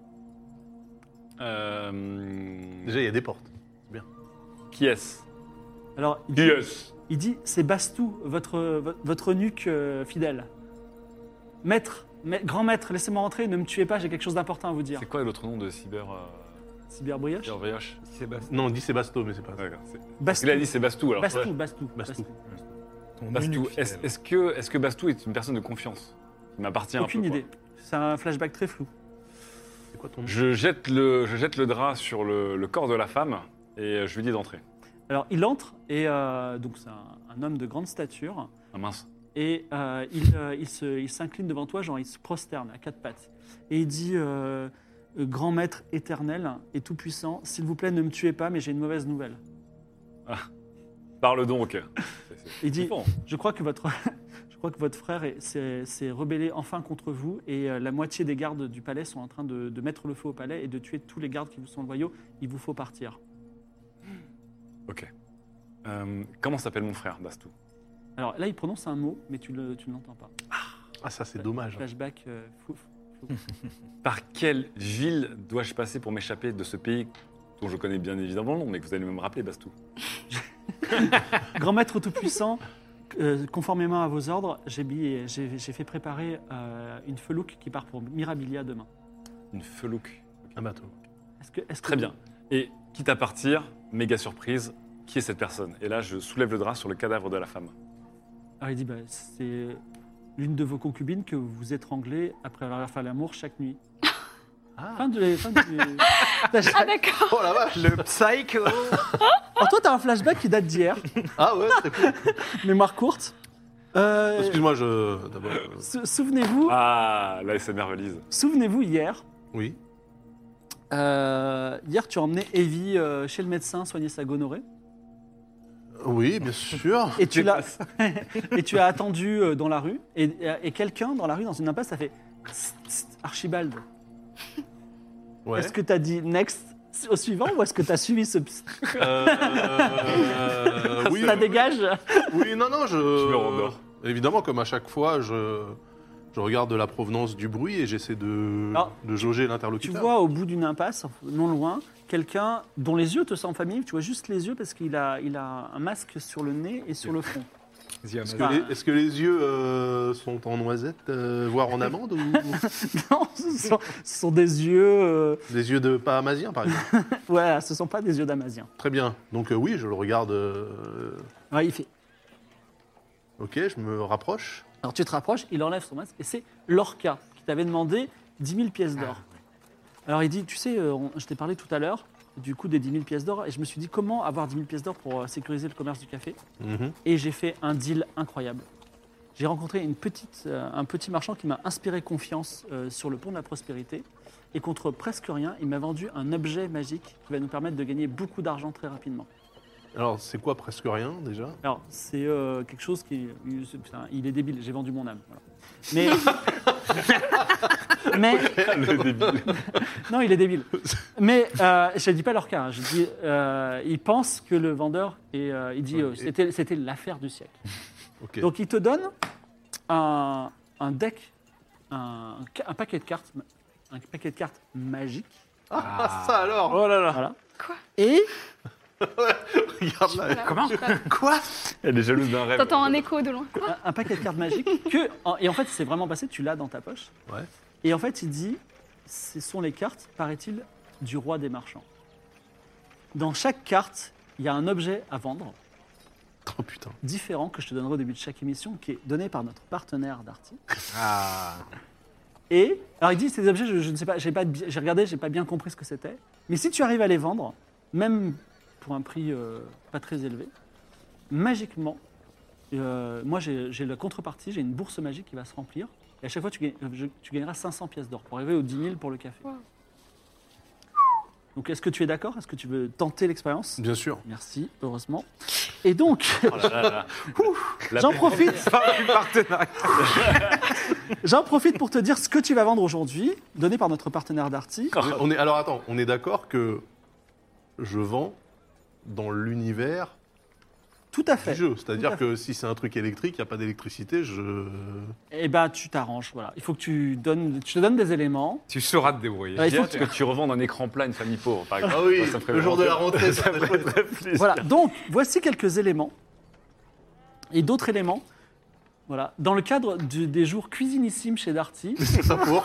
Euh... Déjà, il y a des portes. Qui est-ce? Alors, il Qui dit, est-ce? il dit, c'est Bastou, votre, vo- votre eunuque euh, fidèle. Maître, ma- grand maître, laissez-moi rentrer, ne me tuez pas, j'ai quelque chose d'important à vous dire. C'est quoi l'autre nom de Cyber... Euh... Cyberbrioche Cyberbrioche? Sébastien. Non, on dit Sébasto, mais c'est pas ça. D'accord. c'est- Bastou. Il a dit c'est Bastou, alors. Bastou, ouais. Bastou, Bastou. Ton Bastou. eunuque Est-ce fidèle. est-ce que, est que Bastou est une personne de confiance qui m'appartient un peu? Aucune quoi. idée. C'est un flashback très flou. quoi ton nom? Je jette le, je jette le drap sur le, le corps de la femme et je lui dis d'entrer. Alors, il entre, et euh, donc c'est un, un homme de grande stature, Ah mince. et euh, il, euh, il, se, il s'incline devant toi, genre il se prosterne à quatre pattes. Et il dit euh, « Grand maître éternel et tout-puissant, s'il vous plaît, ne me tuez pas, mais j'ai une mauvaise nouvelle. Parle donc. C'est- c'est- » Il dit c'est bon. « Je crois que votre, je crois que votre frère est- s'est, s'est rebellé enfin contre vous, et euh, la moitié des gardes du palais sont en train de, de mettre le feu au palais et de tuer tous les gardes qui vous sont loyaux. Il vous faut partir. » Ok. Euh, comment s'appelle mon frère, Bastou? Alors là, il prononce un mot, mais tu, le, tu ne l'entends pas. Ah, ça, c'est dommage. Flashback, euh, fou- Par quelle ville dois-je passer pour m'échapper de ce pays dont je connais bien évidemment le nom, mais que vous allez me rappeler, Bastou? Grand maître tout-puissant, euh, conformément à vos ordres, j'ai, mis- j'ai, j'ai fait préparer euh, une felouque qui part pour Mirabilia demain. Une felouque. Un bateau. Est-ce que, est-ce que Très bien. Et quitte à partir, méga surprise, qui est cette personne? Et là, je soulève le drap sur le cadavre de la femme. Alors il dit, bah, c'est l'une de vos concubines que vous étranglez après avoir fait l'amour chaque nuit. Ah, Fin de, fin du... Ah d'accord. oh la vache. Le psycho. Alors toi, t'as un flashback qui date d'hier, Ah ouais, très cool. mémoire courte. Euh, Excuse-moi, je. D'abord. euh, sou- souvenez-vous, Ah, là, c'est merveilleuse. souvenez-vous hier, Oui. euh, hier tu as emmené Evie euh, chez le médecin soigner sa gonorrhée. Oui, bien sûr. Et tu, l'as, et tu as attendu euh, dans la rue, et, et quelqu'un dans la rue, dans une impasse, a fait Tst, tst, Archibald. Ouais. Est-ce que tu as dit next au suivant ou est-ce que tu as suivi ce pst Euh, euh, oui, Ça dégage. oui, non, non, je. Je me rendors. Évidemment, comme à chaque fois, je, je regarde la provenance du bruit et j'essaie de, Alors, de jauger Tu l'interlocuteur. vois au bout d'une impasse, non loin, quelqu'un dont les yeux te semblent familiers. Tu vois juste les yeux parce qu'il a, il a un masque sur le nez et sur le front. Est-ce que, les, est-ce que les yeux euh, sont en noisette, euh, voire en amande, ou Non, ce sont, ce sont des yeux. euh, des yeux de pas amazien, par exemple? ouais, ce sont pas des yeux d'Amazien. Très bien. Donc, euh, oui, je le regarde. euh, Ouais, il fait. Ok, je me rapproche. Alors tu te rapproches, il enlève son masque et c'est Lorca qui t'avait demandé dix mille pièces d'or. Alors il dit, tu sais, euh, on- je t'ai parlé tout à l'heure du coût des dix mille pièces d'or et je me suis dit comment avoir dix mille pièces d'or pour euh, sécuriser le commerce du café. Mhm. Et j'ai fait un deal incroyable. J'ai rencontré une petite, euh, un petit marchand qui m'a inspiré confiance euh, sur le pont de la prospérité et contre presque rien, il m'a vendu un objet magique qui va nous permettre de gagner beaucoup d'argent très rapidement. Alors, c'est quoi presque rien, déjà? Alors, c'est euh, quelque chose qui. c'est- putain, il est débile, j'ai vendu mon âme. voilà. Mais. mais. Le débile. Non, il est débile. Mais euh, je ne dis pas leur cas. hein, Je dis, euh, il pense que le vendeur. Et, euh, il dit, euh, Ouais, et- c'était, c'était l'affaire du siècle. Ok. Donc, il te donne un, un deck, un, un paquet de cartes, un paquet de cartes magiques. Ah, ça alors! Oh là là. Voilà. Quoi Et Regarde là. Comment Quoi? Elle est jalouse d'un rêve. T'entends un écho de loin. Quoi un, un paquet de cartes magiques que, en- et en fait, c'est vraiment passé. Tu l'as dans ta poche. Ouais. Et en fait, il dit, ce sont les cartes, paraît-il, du roi des marchands. Dans chaque carte, il y a un objet à vendre, Oh putain. différent, que je te donnerai au début de chaque émission, qui est donné par notre partenaire Darty. Ah. Et, alors il dit, ces objets, je, je ne sais pas, j'ai, pas, bi- j'ai regardé, j'ai pas bien compris ce que c'était. Mais si tu arrives à les vendre, même pour un prix euh, pas très élevé, magiquement, euh, moi j'ai, j'ai la contrepartie, j'ai une bourse magique qui va se remplir. Et à chaque fois, tu, gagnes- je- tu gagneras cinq cents pièces d'or pour arriver aux dix mille pour le café. Wow. Donc est-ce que tu es d'accord? Est-ce que tu veux tenter l'expérience? Bien sûr. Merci, heureusement. Et donc, Oh là là là. La j'en paix. profite, Du partenariat. j'en profite pour te dire ce que tu vas vendre aujourd'hui, donné par notre partenaire Darty. On est- on est, alors attends, on est d'accord que je vends dans l'univers Tout à du fait. jeu. Tout à C'est-à-dire fait. que si c'est un truc électrique, il n'y a pas d'électricité, je. Eh ben, tu t'arranges. Voilà. Il faut que tu donnes, je te donne des éléments. Tu sauras te débrouiller. Ouais, il faut Bien que tu revends un écran plat à une famille pauvre, par exemple. Ah oui, Ça ferait le jour de la vraiment- rentrée, ça ferait chouette. très plaisir. Voilà. Donc, voici quelques éléments et d'autres éléments. Voilà. Dans le cadre du- des jours cuisinissimes chez Darty. Ça pour.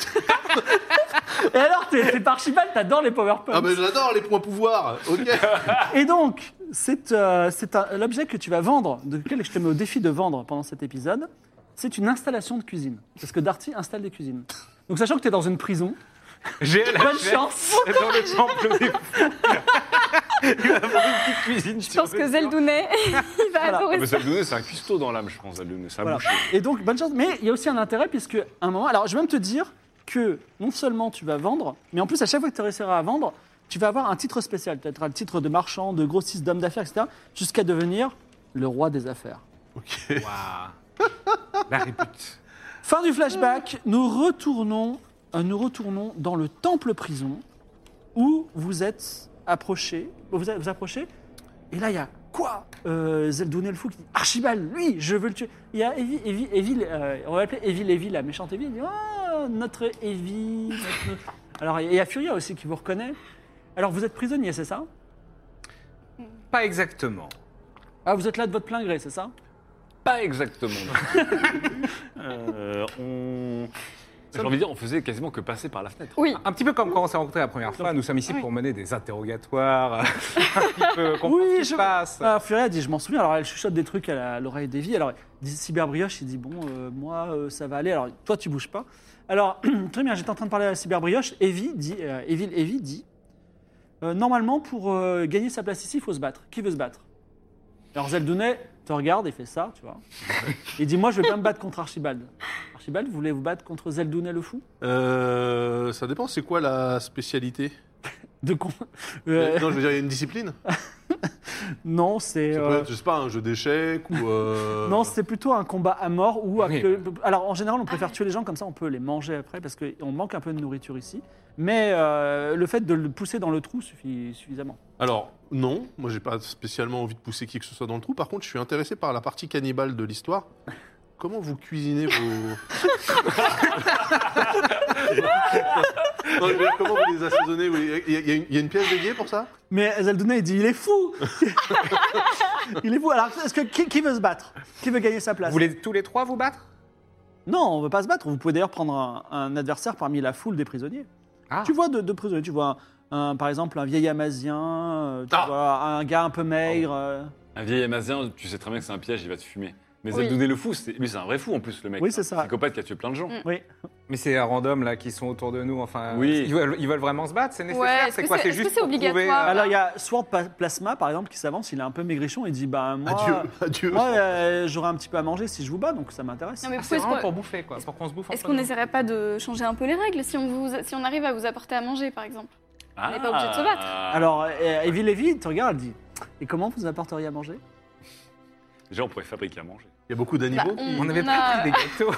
Et alors, t'es, t'es Archibald, t'adores les PowerPoints. Ah, mais j'adore les points pouvoir. Ok. Et donc, c'est, euh, c'est un- l'objet que tu vas vendre, de lequel je te mets au défi de vendre pendant cet épisode, c'est une installation de cuisine. Parce que Darty installe des cuisines. Donc, sachant que tu es dans une prison, J'ai la Bonne chef chance. dans le temple des fous. Il va avoir une petite cuisine. Je pense que Zeldounet, il va Voilà. adorer Mais ça. Zeldounet, c'est un cuistot dans l'âme, je pense, Zeldounet. C'est un Voilà. boucher. Et donc, bonne chance. Mais il y a aussi un intérêt, puisque à un moment. Alors, je vais même te dire que non seulement tu vas vendre, mais en plus, à chaque fois que tu réussiras à vendre, tu vas avoir un titre spécial. Tu auras le titre de marchand, de grossiste, d'homme d'affaires, et cetera, jusqu'à devenir le roi des affaires. Ok. Waouh. La répute. Fin du flashback, nous retournons, euh, nous retournons dans le temple prison où vous êtes approchés. Vous êtes- vous approchez, et là il y a quoi euh, Zeldounet le fou qui dit Archibald, lui, je veux le tuer. Il y a Evie, Evie, Evie euh, on va l'appeler Evie Lévy, la méchante Evie. Elle dit oh, notre Evie. Notre... Alors il y a Furia aussi qui vous reconnaît. Alors vous êtes prisonnier, c'est ça? Pas exactement. Ah, vous êtes là de votre plein gré, c'est ça? Pas exactement. euh, on... J'ai envie de dire, on faisait quasiment que passer par la fenêtre. Oui. Un petit peu comme quand on s'est rencontrés la première fois, nous sommes ici Oui. pour mener des interrogatoires, un petit peu comprendre Oui, ce qui je- se passe. Alors Furia dit, je m'en souviens, alors elle chuchote des trucs à la- à l'oreille d'Evie, alors il dit, Cyberbrioche, il dit, bon, euh, moi, euh, ça va aller, alors toi, tu bouges pas. Alors, très bien, j'étais en train de parler à Cyberbrioche, Evie dit, euh, Evie, Evie dit, euh, normalement, pour euh, gagner sa place ici, il faut se battre. Qui veut se battre? Alors Zeldounet te regarde et fait ça, tu vois. Il dit, moi, je vais pas me battre contre Archibald. Archibald, vous voulez vous battre contre Zeldounet le fou? Euh, ça dépend, c'est quoi la spécialité? De con... euh, Non, je veux dire, il y a une discipline. non, c'est... Ça peut euh, être, je sais pas, un jeu d'échecs ou. euh, Non, c'est plutôt un combat à mort où... Oui. que- Alors, en général, on préfère tuer les gens, comme ça, on peut les manger après, parce qu'on manque un peu de nourriture ici. Mais euh, le fait de le pousser dans le trou suffit suffisamment. Alors, non, moi j'ai pas spécialement envie de pousser qui que ce soit dans le trou. Par contre, je suis intéressé par la partie cannibale de l'histoire. Comment vous cuisinez vos. Non, je veux dire, comment vous les assaisonnez? Oui, Il y, a- il y a une- il y a une pièce dédiée pour ça? Mais Zeldounet, il dit, il est fou. Il est fou. Alors, est-ce que qui, qui veut se battre? Qui veut gagner sa place? Vous voulez tous les trois vous battre? Non, on ne veut pas se battre. Vous pouvez d'ailleurs prendre un, un adversaire parmi la foule des prisonniers. Ah. Tu vois deux de prisonniers. Tu vois, un, un- par exemple, un vieil Amazien, euh, tu Ah. vois, un gars un peu maigre. euh. Un vieil Amazien, tu sais très bien que c'est un piège, il va te fumer. Mais Oui. Zeldounet le fou, c'est... lui c'est un vrai fou en plus, le mec. Oui, c'est C'est ça. un psychopathe qui a tué plein de gens. Mm. Oui. Mais c'est random là qui sont autour de nous. Enfin, Oui. ils, veulent, ils veulent vraiment se battre. C'est nécessaire. Ouais, est-ce c'est que quoi c'est- C'est est-ce que juste c'est pour prouver, obligatoire euh, Alors, il y a Sword Pa- Plasma, par exemple, qui s'avance. Il est un peu maigrichon. Il dit bah, moi, Adieu, adieu. moi euh, j'aurai un petit peu à manger si je vous bats, donc ça m'intéresse. Non, mais ah, pourquoi c'est est-ce vraiment qu'on- pour bouffer, quoi, pour qu'on se bouffe. Est-ce entre qu'on nous. n'essaierait pas de changer un peu les règles si on, vous, si on arrive à vous apporter à manger, par exemple? On n'est pas obligé de se battre. Alors, euh, Evie Lévy te regarde, elle dit et comment vous apporteriez à manger? Déjà, on pourrait fabriquer à manger. Il y a beaucoup d'animaux. Bah, qui- on- On avait On pas a- pris des gâteaux.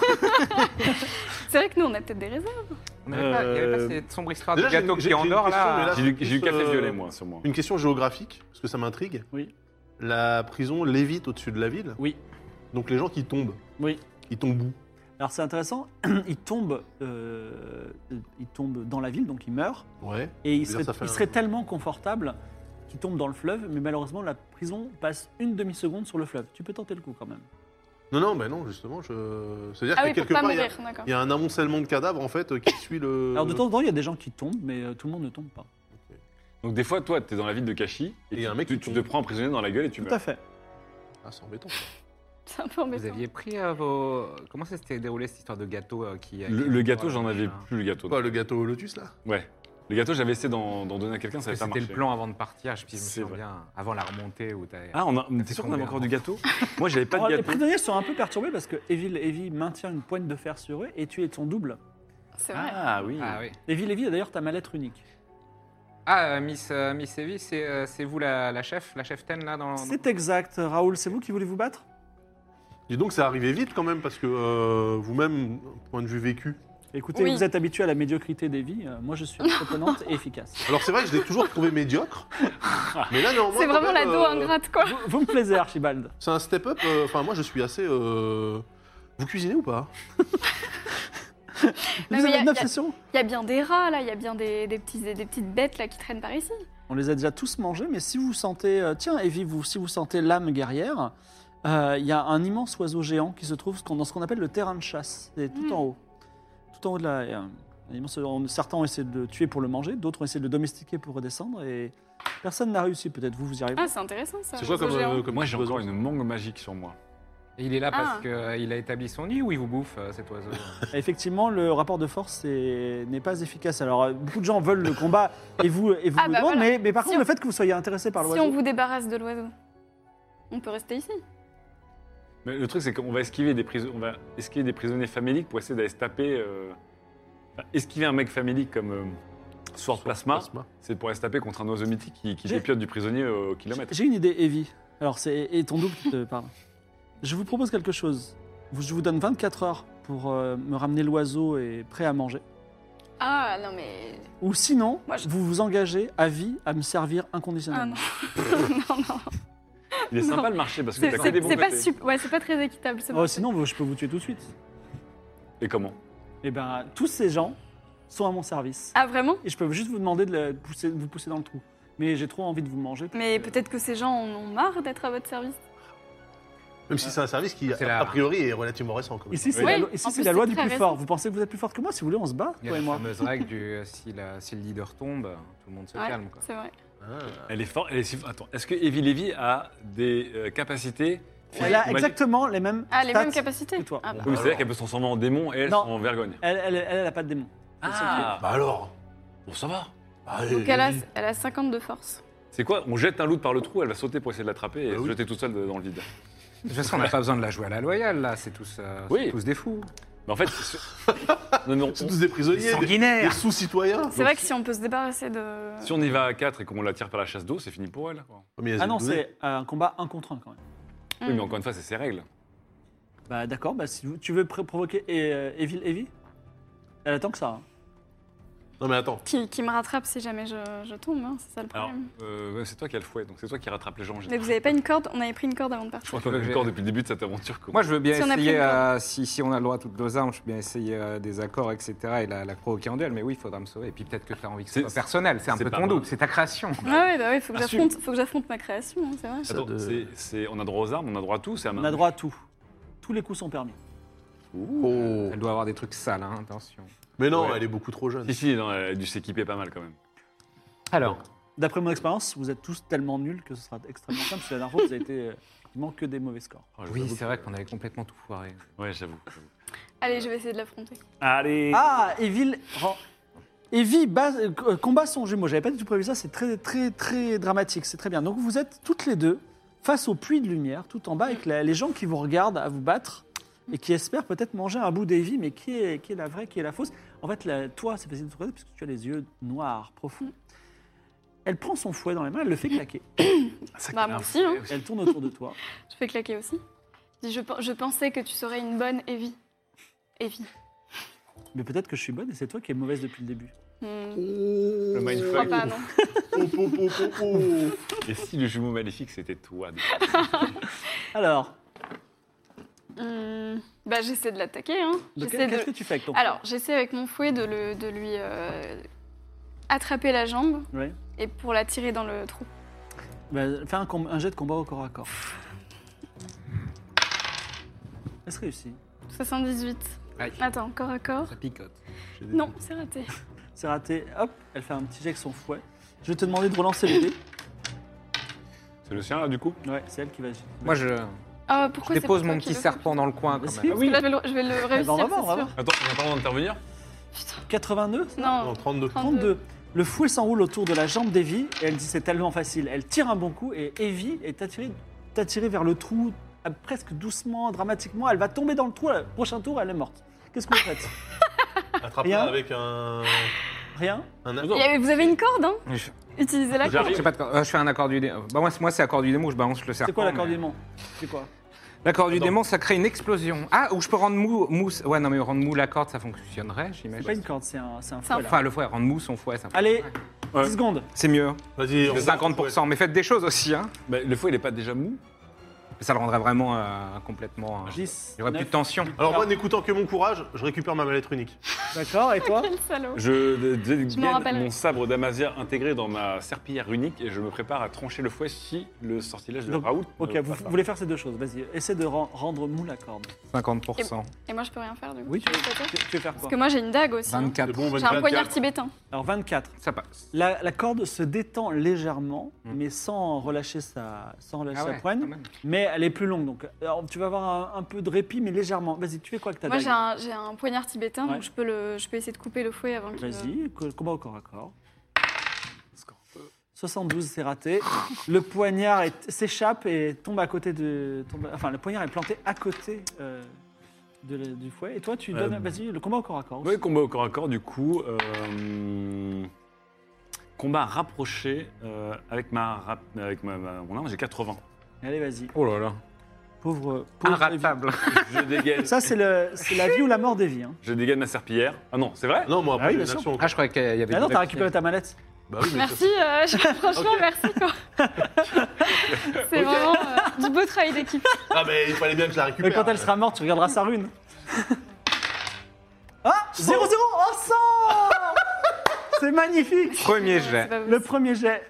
C'est vrai que nous, on a peut-être des réserves. On avait pas- Il n'y avait pas Euh, cette sombre histoire déjà, de j'ai gâteau une- j'ai- qui j'ai une endort question, mais là. là- J'ai du, j'ai du café euh, violet, moi, sur moi. Une question géographique, parce que ça m'intrigue. Oui. La prison lévite au-dessus de la ville. Oui. Donc les gens qui tombent, Oui. ils tombent où? Alors c'est intéressant. Il tombe, euh, il tombe dans la ville, donc il meurt. Ouais. Et il Je veux serait, dire, ça fait il un- serait tellement confortable qu'il tombe dans le fleuve, mais malheureusement la prison passe une demi-seconde sur le fleuve. Tu peux tenter le coup quand même. Non, non, mais non, justement, je. C'est-à-dire Ah que oui, pour quelque pas part, il y, a, mourir, d'accord. il y a un amoncellement de cadavres en fait euh, qui suit le. Alors de temps en temps, il y a des gens qui tombent, mais euh, tout le monde ne tombe pas. Donc des fois, toi, t'es dans la ville de Kashi, et, Et il y a un tu- mec tu, qui tu te tombe. prends un prisonnier dans la gueule et tu Tout meurs. à fait. Ah, c'est embêtant. C'est un peu Vous embêtant. aviez pris euh, vos. Comment ça s'était déroulé cette histoire de gâteau euh, qui. Le, qui- le gâteau, euh, j'en avais machin. plus, le gâteau. Quoi, le gâteau au lotus là? Ouais. Le gâteau, j'avais essayé d'en d'en donner à quelqu'un, ça Parce avait que pas C'était marché. le plan avant de partir, je me C'est souviens vrai. bien, avant la remontée où t'avais. Ah, on a... t'es sûr qu'on avait tombé encore en du gâteau? Moi, j'avais pas Alors, de les gâteau. prisonniers sont un peu perturbés parce que Evie, Evie maintient une pointe de fer sur eux et tu es ton double. C'est vrai. Ah oui. Ah oui. Evie Lévy a d'ailleurs ta mallette unique. Ah, euh, Miss, euh, Miss Evie, c'est euh, c'est vous la, la chef, la chef Ten là dans. C'est exact. Raoul, c'est vous qui voulez vous battre? Dis donc, c'est arrivé vite quand même, parce que euh, vous-même, point de vue vécu. Écoutez, Oui. vous êtes habitué à la médiocrité d'Evie. euh, moi, je suis entreprenante et efficace. Alors c'est vrai que je l'ai toujours trouvé médiocre, mais là néanmoins. C'est quand vraiment la même, dos euh, ingrate, quoi. Vous, vous me plaisez, Archibald. C'est un step-up. euh, Enfin, moi, je suis assez. euh, Vous cuisinez ou pas? Vous mais avez y a- une y a- obsession? Il y a bien des rats, là. Il y a bien des, des, petits, des petites bêtes, là, qui traînent par ici. On les a déjà tous mangés, mais si vous sentez, euh, tiens, Evie, vous, si vous sentez l'âme guerrière, euh, il y a un immense oiseau géant qui se trouve dans ce qu'on appelle le terrain de chasse. C'est tout Mm. en haut, tout en haut de la. il y a un immense- on- certains ont essayé de le tuer pour le manger, d'autres ont essayé de le domestiquer pour redescendre, et personne n'a réussi. Peut-être vous, vous y arrivez. Ah, c'est intéressant, ça. C'est quoi oiseau comme, géant. euh, comme Moi, petit j'ai encore oiseau, une mangue magique sur moi. Et il est là parce Ah. qu'il a établi son nid ou il vous bouffe, euh, cet oiseau? Effectivement, le rapport de force est- n'est pas efficace. Alors, euh, beaucoup de gens veulent le combat et vous, et vous Ah le bah demandent, voilà. mais, mais par Si contre, on- le fait que vous soyez intéressé par Si l'oiseau... on vous débarrasse de l'oiseau, on peut rester ici. Mais le truc, c'est qu'on va esquiver des, priso- on va esquiver des prisonniers faméliques pour essayer d'aller se taper. euh, enfin, esquiver un mec famélique comme euh, Sword Plasma, Plasma. c'est pour aller se taper contre un oiseau mythique qui, qui J'ai- dépiote du prisonnier au kilomètre. J'ai une idée, Evie. Alors, c'est et ton double qui te parle. Je vous propose quelque chose. Vous- Je vous donne vingt-quatre heures pour euh, me ramener l'oiseau et prêt à manger. Ah non mais... Ou sinon, Moi, je- vous vous engagez à vie à me servir Ah inconditionnellement. non. non, non. Il est Non. sympa le marché parce que C'est t'as que c'est- des bons c'est pas, côtés. sup- ouais, c'est pas très équitable. ce Oh, marché. sinon, vous- je peux vous tuer tout de suite. Et comment? Eh bien, tous ces gens sont à mon service. Ah vraiment? Et je peux juste vous demander de, le pousser- de vous pousser dans le trou. Mais j'ai trop envie de vous manger. pour Mais que- peut-être que ces gens en ont marre d'être à votre service. Même si c'est un service qui, C'est a, la- a priori, est relativement récent. Quand même. Ici, c'est Oui, la, loi- ici, en c'est plus, la loi c'est du très plus récent. fort. Vous pensez que vous êtes plus fort que moi? Si vous voulez, on se bat, Il y a toi et la moi. fameuse règle du euh, si, la- si le leader tombe, tout le monde se Ouais, calme. Quoi. c'est vrai. Ah. Elle est forte. Elle est si- Attends, est-ce que Evie Levy a des euh, capacités Elle a magiques? exactement les mêmes Ah, les stats mêmes capacités que toi. Ah, bah. Oui, mais c'est-à-dire qu'elle peut se transformer en démon et elle Non. en vergogne. Elle, elle, elle, elle a pas de démon. Ah, Bah alors bon, ça va. bah, Donc elle a, Evie. elle a cinquante de force. C'est quoi? On jette un loot par le trou, elle va sauter pour essayer de l'attraper et Bah se oui. jeter toute seule dans le vide. De toute façon, on n'a pas besoin de la jouer à la loyale, là. C'est tous, euh, Oui. c'est tous des fous. Mais en fait, c'est- non, mais on- C'est tous des prisonniers, des, Sanguinaires. des sous-citoyens. C'est vrai que si on peut se débarrasser de... si on y va à quatre et qu'on la tire par la chasse d'eau, c'est fini pour elle. quoi. Mais elles Ah non, ont donné. c'est un combat un contre un quand même. Oui, mais encore une fois, c'est ses règles. Bah d'accord, bah, si vous- tu veux pré- provoquer et, euh, Evil Evie, elle attend que ça. hein. Non mais attends. Qui, qui me rattrape si jamais je, je tombe, hein, c'est ça le Alors, problème. euh, ouais, c'est toi qui as le fouet, donc c'est toi qui rattrape les gens. en Mais général. vous avez pas une corde? On avait pris une corde avant de Je partir. crois qu'on a encore depuis le début de cette aventure. quoi. Moi, je veux bien Si on a pris essayer, une corde. euh, si, si on a le droit à toutes nos armes, je veux bien essayer euh, des accords, et cetera, et la, la provoquer en duel. Mais oui, il faudra me sauver. Et puis peut-être que tu as envie que ce C'est- soit personnel. C'est un c'est peu pas ton mal. double, c'est ta création. Ah ouais, bah oui, faut que Assume. j'affronte, faut que j'affronte ma création, hein, c'est vrai. Ça Attends, de- c'est- c'est- on a droit aux armes, on a droit à tout, c'est à main. On a droit à tout. Tous les coups sont permis. Oh. Elle doit avoir des trucs sales, hein, attention. Mais non, Ouais. elle est beaucoup trop jeune. Si, si, non, elle a dû s'équiper pas mal quand même. Alors, D'après mon expérience, vous êtes tous tellement nuls que ce sera extrêmement simple. Parce que la dernière fois, vous avez été euh, effectivement que des mauvais scores. Oh, je oui, l'avoue c'est que- vrai qu'on avait complètement tout foiré. Ouais, j'avoue. j'avoue. Allez, je vais essayer de l'affronter. Allez Ah, Evil... ren- Evie base- euh, combat son jumeau. J'avais pas du tout prévu ça. C'est très, très, très dramatique. C'est très bien. Donc vous êtes toutes les deux face au puits de lumière, tout en bas, avec la- les gens qui vous regardent à vous battre et qui espèrent peut-être manger un bout d'Evie, mais qui est, qui est la vraie, qui est la fausse. En fait, la- toi, c'est facile de te reconnaître parce que tu as les yeux noirs, profonds. Elle prend son fouet dans les mains, elle le fait claquer. Bah moi aussi, hein. Elle tourne autour de toi. Je fais claquer aussi. Je, dis, je, pe- je pensais que tu serais une bonne Evie. Evie. Mais peut-être que je suis bonne et c'est toi qui es mauvaise depuis le début. Hmm, Le je crois mindfuck. pas, non. Oh, oh, oh, oh, oh. Et si le jumeau maléfique c'était toi du- Alors, Hmm, bah j'essaie de l'attaquer, hein. de J'essaie quel- de- qu'est-ce que tu fais avec ton Alors, j'essaie avec mon fouet de, le, de lui euh, attraper la jambe fouet Ouais. et pour la tirer dans le trou. Bah, fais un, com- un jet de combat au corps à corps. Est-ce réussi? soixante-dix-huit. Aïe. Attends, corps à corps. Ça picote. Non, c'est raté. C'est raté. Hop, elle fait un petit jet avec son fouet. Je vais te demander de relancer les dés. C'est le sien là du coup? Ouais, c'est elle qui va. Moi, je, Ah, je pourquoi c'est dépose pour toi mon qui petit le serpent dans le coin, quand Vas-y. même. Parce que là, je vais le, je vais le réussir, on va voir, c'est on va sûr. voir. Attends, on n'a pas le droit d'intervenir? quatre-vingt-deux Non, Non, trente-deux. trente-deux. Le fouet s'enroule autour de la jambe d'Evie et elle dit c'est tellement facile. Elle tire un bon coup et Evie est attirée, est attirée vers le trou à- presque doucement, dramatiquement. Elle va tomber dans le trou. Le prochain tour, elle est morte. Qu'est-ce que vous faites? Attrape-la Rien. avec un. Rien? un... Non. Il y avait- vous avez une corde, hein? Je, Utilisez la corde. J'arrive. je sais pas de quoi- euh, je fais un accord du démon. Bah, moi, c'est- moi, c'est accord du démon, je balance le serpent. C'est quoi l'accord mais- du démon? C'est quoi? L'accord du Attends. démon, ça crée une explosion. Ah, ou je peux rendre mou, mousse. Ouais, non, mais rendre mou la corde, ça fonctionnerait, C'est j'imagine. pas une corde, c'est un, c'est un C'est un fouet. là. Enfin, le fouet, rendre mou son fouet, ça Allez, Ouais. dix secondes. C'est mieux. Vas-y, on cinquante pour cent. Mais faites des choses aussi, hein. Bah, le fouet il est pas déjà mou? Ça le rendrait vraiment euh, complètement. euh, dix. Il n'y aurait plus de neuf. tension. Alors moi, n'écoutant que mon courage, je récupère ma mallette unique. D'accord, et toi? Quel salaud. Je de- de- Je m'en gaine rappellerai. mon sabre d'Amazia intégré dans ma serpillière unique et je me prépare à trancher le fouet si le sortilège de Donc, Raoult. Ok, ne vous, passe pas. vous voulez faire ces deux choses. Vas-y, essaie de ren- rendre mou la corde. cinquante pour cent. Et moi, je peux rien faire, du coup. Oui, tu veux, Peut-être. tu, tu veux faire quoi? Parce que moi, j'ai une dague aussi. hein. vingt-quatre. C'est bon, J'ai un vingt-quatre. poignard tibétain. Alors vingt-quatre. Ça passe. La, la corde se détend légèrement, Mm. mais sans relâcher sa, sans relâcher Ah sa ouais, poigne. quand même. Mais elle est plus longue. Donc, alors, tu vas avoir un, un peu de répit, mais légèrement. Vas-y, tu fais quoi que ta Moi, dague? j'ai un, j'ai un poignard tibétain, Ouais. donc je peux, le, je peux essayer de couper le fouet avant que. Vas-y, co- combat au corps à corps. soixante-douze, c'est raté. Le poignard est- s'échappe et tombe à côté de. Tombe, enfin, le poignard est planté à côté euh, de la- du fouet. Et toi, tu Euh, donnes. Vas-y, le combat au corps à corps. Oui, combat au corps à corps, du coup. euh, combat rapproché euh, avec ma. rap- Avec ma, ma- mon arme, j'ai quatre-vingts. Allez, vas-y. Oh là là. Pauvre. pauvre Inratable. Je dégaine, Ça, c'est le- c'est la vie ou la mort d'Evie. Hein. je dégaine ma serpillière. Ah non, c'est vrai? Non, moi, Ah après, oui, j'ai bien une sûr. action. Ah, je croyais qu'il y avait Ah non, des t'as papiers. récupéré ta mallette. Bah oui, mais Merci, euh, je- franchement, Ok. merci. quoi. C'est vraiment euh, du beau travail d'équipe. c'est- Ah, mais il fallait bien que je la Mais récupère. quand elle sera morte, tu regarderas sa rune. Ah zéro zéro Oh, cent C'est magnifique. Premier C'est jet. pas Le possible. premier jet.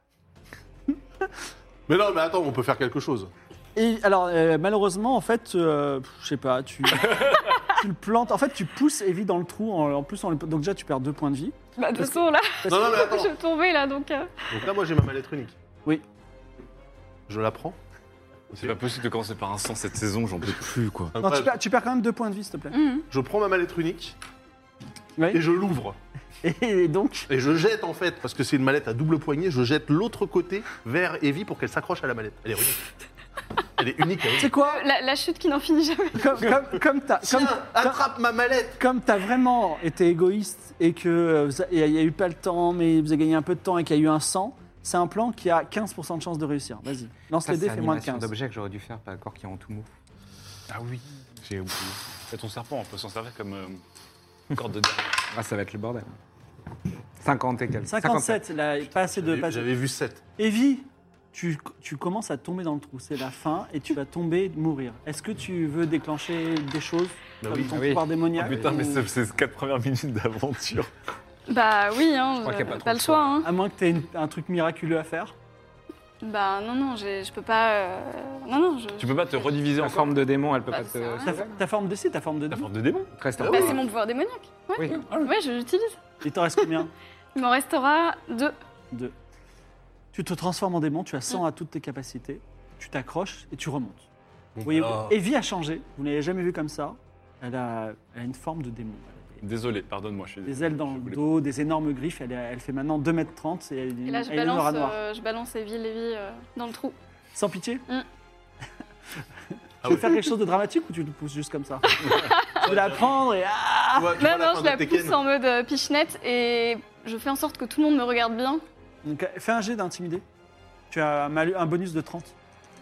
Mais non, mais attends, on peut faire quelque chose. Et alors, euh, malheureusement, en fait, euh, je sais pas, tu, tu le plantes. En fait, tu pousses Evie dans le trou. En, en plus, on le- donc déjà, tu perds deux points de vie. Bah, de toute façon, là, Parce Non, non, mais je attends. vais tomber là, donc. euh, Donc là, moi, j'ai ma mallette unique. Oui. Je la prends. C'est pas possible de commencer par un cent cette saison, j'en peux plus, quoi. Non, tu perds, tu perds quand même deux points de vie, s'il te plaît. mhm. Je prends ma mallette unique Oui. et je l'ouvre. Et donc, Et je jette, en fait, parce que c'est une mallette à double poignée, je jette l'autre côté vers Evie pour qu'elle s'accroche à la mallette. Elle est unique. Elle est unique, elle est tu sais unique. quoi La, la chute qui n'en finit jamais. Comme, comme, comme t'as Tiens, comme, comme, attrape ma mallette. comme t'as vraiment été égoïste et que euh, vous a- il n'y a, eu pas le temps, mais vous avez gagné un peu de temps et qu'il y a eu un cent, c'est un plan qui a quinze pour cent de chance de réussir. Vas-y, lance Ça, les dés, c'est fais moins de animation quinze. d'objet que j'aurais dû faire, pas corps qui ont tout mou. Ah oui, j'ai oublié. C'est ton serpent, on peut s'en servir comme euh, corde de dernier. Ah, ça va être le bordel. cinquante et quelques. cinquante-sept, là, pas assez de. J'avais- Pas assez- J'avais vu sept. Evie, tu, tu commences à tomber dans le trou, c'est la fin et tu vas tomber, mourir. Est-ce que tu veux déclencher des choses Bah comme oui. ton Ah oui. pouvoir Oh démoniaque putain, mais ou- c'est c'est ces quatre premières minutes d'aventure. Bah oui, hein, Je crois qu'il y a euh, pas trop pas de le choix. Hein. À moins que tu aies un truc miraculeux à faire. Bah non, non, j'ai- je peux pas. euh, Non, non, je. Tu peux pas te rediviser En en forme de démon, elle peut Bah, pas ça sert à te. rien. Ta, ta forme de si, ta forme de la démon. forme de démon. Reste en Bah, Ah oui. c'est mon pouvoir démoniaque. Ouais, Oui. ouais je l'utilise. Il t'en reste combien Il m'en restera deux. Deux. Tu te transformes en démon, tu as cent à toutes tes capacités, tu t'accroches et tu remontes. Vous voyez, Ah. Evie a changé, vous ne l'avez jamais vue comme ça. Elle a, elle a une forme de démon. Elle a Désolé, pardonne-moi, je suis des ailes dans je le voulais- dos, des énormes griffes, elle, est- elle fait maintenant deux mètres trente et elle, Et là, je elle a une aura balance, noire. euh, je balance Evie, Lévi euh, dans le trou. Sans pitié Mm. Tu veux faire quelque chose de dramatique ou tu le pousses juste comme ça Tu veux la prendre et... Ah Tu vois- tu vois Non, la non, fin je de la Tekken. pousse en mode euh, pichenette et je fais en sorte que tout le monde me regarde bien. Donc, fais un jet d'intimider. Tu as un, malu- un bonus de trente.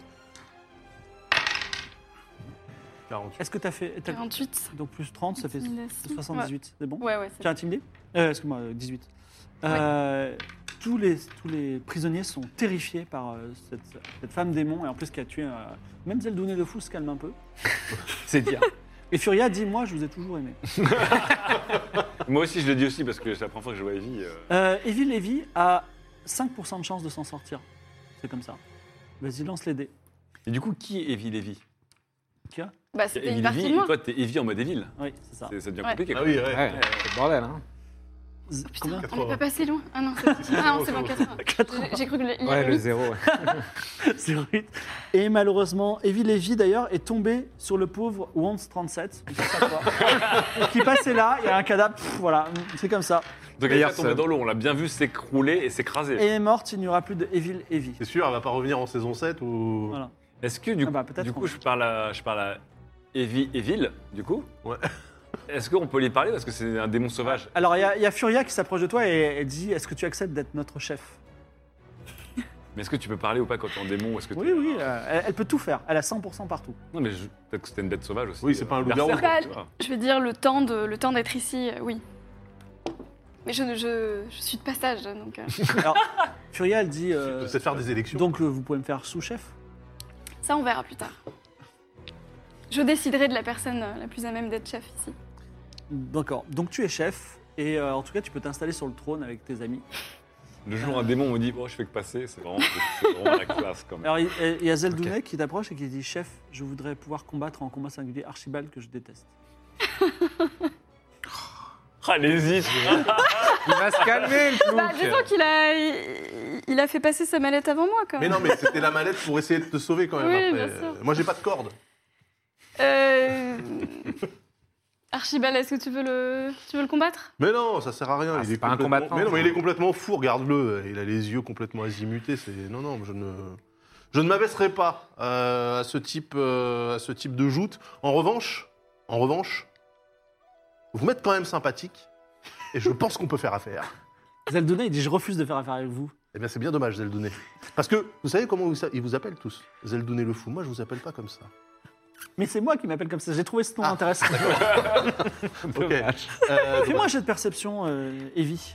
quarante-huit. Est-ce que tu as fait... t'as- quarante-huit. Donc plus trente, ça fait Intimidation. soixante-dix-huit. C'est bon Ouais, ouais, c'est Tu as intimidé euh, Excuse-moi, euh, dix-huit. Euh, tous, les, tous les prisonniers sont terrifiés par euh, cette, cette femme démon, et en plus qui a tué... euh, même Zeldouné le fou se calme un peu. C'est dire. Et Furia dit, moi, je vous ai toujours aimé. Moi aussi, je le dis aussi parce que c'est la première fois que je vois Evie. euh, Euh, Evie Lévy a cinq pour cent de chance de s'en sortir. C'est comme ça. Vas-y, lance les dés. Et du coup, qui est Evie Lévy? Qui a Bah, c'était Evie une partie Lévy, de moi. et toi, t'es Evie en mode Evil. Oui, c'est ça. C'est- Ça devient Ouais. compliqué. Ah quoi. oui, ouais. Ouais, c'est le bordel, hein. Z- Putain, Combien on n'est pas passé loin. Ah non, c'est ah, non, c'est bon, quatre-vingts. J'ai- J'ai cru que le- il y Ouais, avait le huit. zéro. ouais. zéro huit. Et malheureusement, Evie Lévy d'ailleurs est tombée sur le pauvre Wons trente-sept, qui passe à toi. Qui passait là, il y a un cadavre, pff, voilà, c'est comme ça. Donc, elle Meilleur est tombée seul. dans l'eau, on l'a bien vu s'écrouler et s'écraser. Et est morte, il n'y aura plus de Evil Evie. C'est sûr, elle va pas revenir en saison sept ou. Voilà. Est-ce que du Ah coup, bah, peut-être du on- coup je parle à, je parle à Evie Evil, du coup Ouais. Est-ce qu'on peut lui parler parce que c'est un démon sauvage? Alors il y, a- il y a Furia qui s'approche de toi et elle dit, est-ce que tu acceptes d'être notre chef? Mais est-ce que tu peux parler ou pas quand t'es en démon ou est-ce que Oui, t'es- oui, euh, elle, elle peut tout faire, elle a cent pour cent partout. Non, mais je- peut-être que c'était une bête sauvage aussi. Oui, c'est pas un loup-garou. berserk, Bah, tu vois. Je veux dire, le temps de- le temps d'être ici, euh, oui. Mais je, je, je suis de passage, donc. euh, Alors, Furia, elle dit, euh, C'est de faire des élections. donc euh, vous pouvez me faire sous-chef? ça, on verra plus tard. Je déciderai de la personne euh, la plus à même d'être chef ici. D'accord, donc tu es chef, et euh, en tout cas tu peux t'installer sur le trône avec tes amis. Le jour où un démon me dit, oh, je fais que passer, c'est vraiment, c'est vraiment la classe quand même. Alors, il il y a Zeldouné qui t'approche et qui dit, chef, je voudrais pouvoir combattre en combat singulier Archibald que je déteste. Allez-y. Il va se calmer, le plouc. Bah, disons qu'il a, il, il a fait passer sa mallette avant moi, quand Mais même. non, mais c'était la mallette pour essayer de te sauver quand même. Oui, après. bien sûr. Moi, j'ai pas de corde. Euh... Archibald, est-ce que tu veux le, tu veux le combattre? Mais non, ça sert à rien. Ah, il c'est est pas un complètement- combattant, Mais non, mais ça. il est complètement fou. Regarde-le. Il a les yeux complètement azimutés. C'est non, non, je ne, je ne m'abaisserai pas euh, à ce type, euh, à ce type de joute. En revanche, en revanche, vous m'êtes quand même sympathique, et je pense qu'on peut faire affaire. Zeldouné, il dit je refuse de faire affaire avec vous. Eh bien, c'est bien dommage, Zeldouné. Parce que vous savez comment vous, ils vous appellent tous. Zeldouné le fou. Moi, je vous appelle pas comme ça. Mais c'est moi qui m'appelle comme ça. J'ai trouvé ce nom Ah. intéressant. Ok. Euh, Fais-moi un jet de perception, euh, Evie.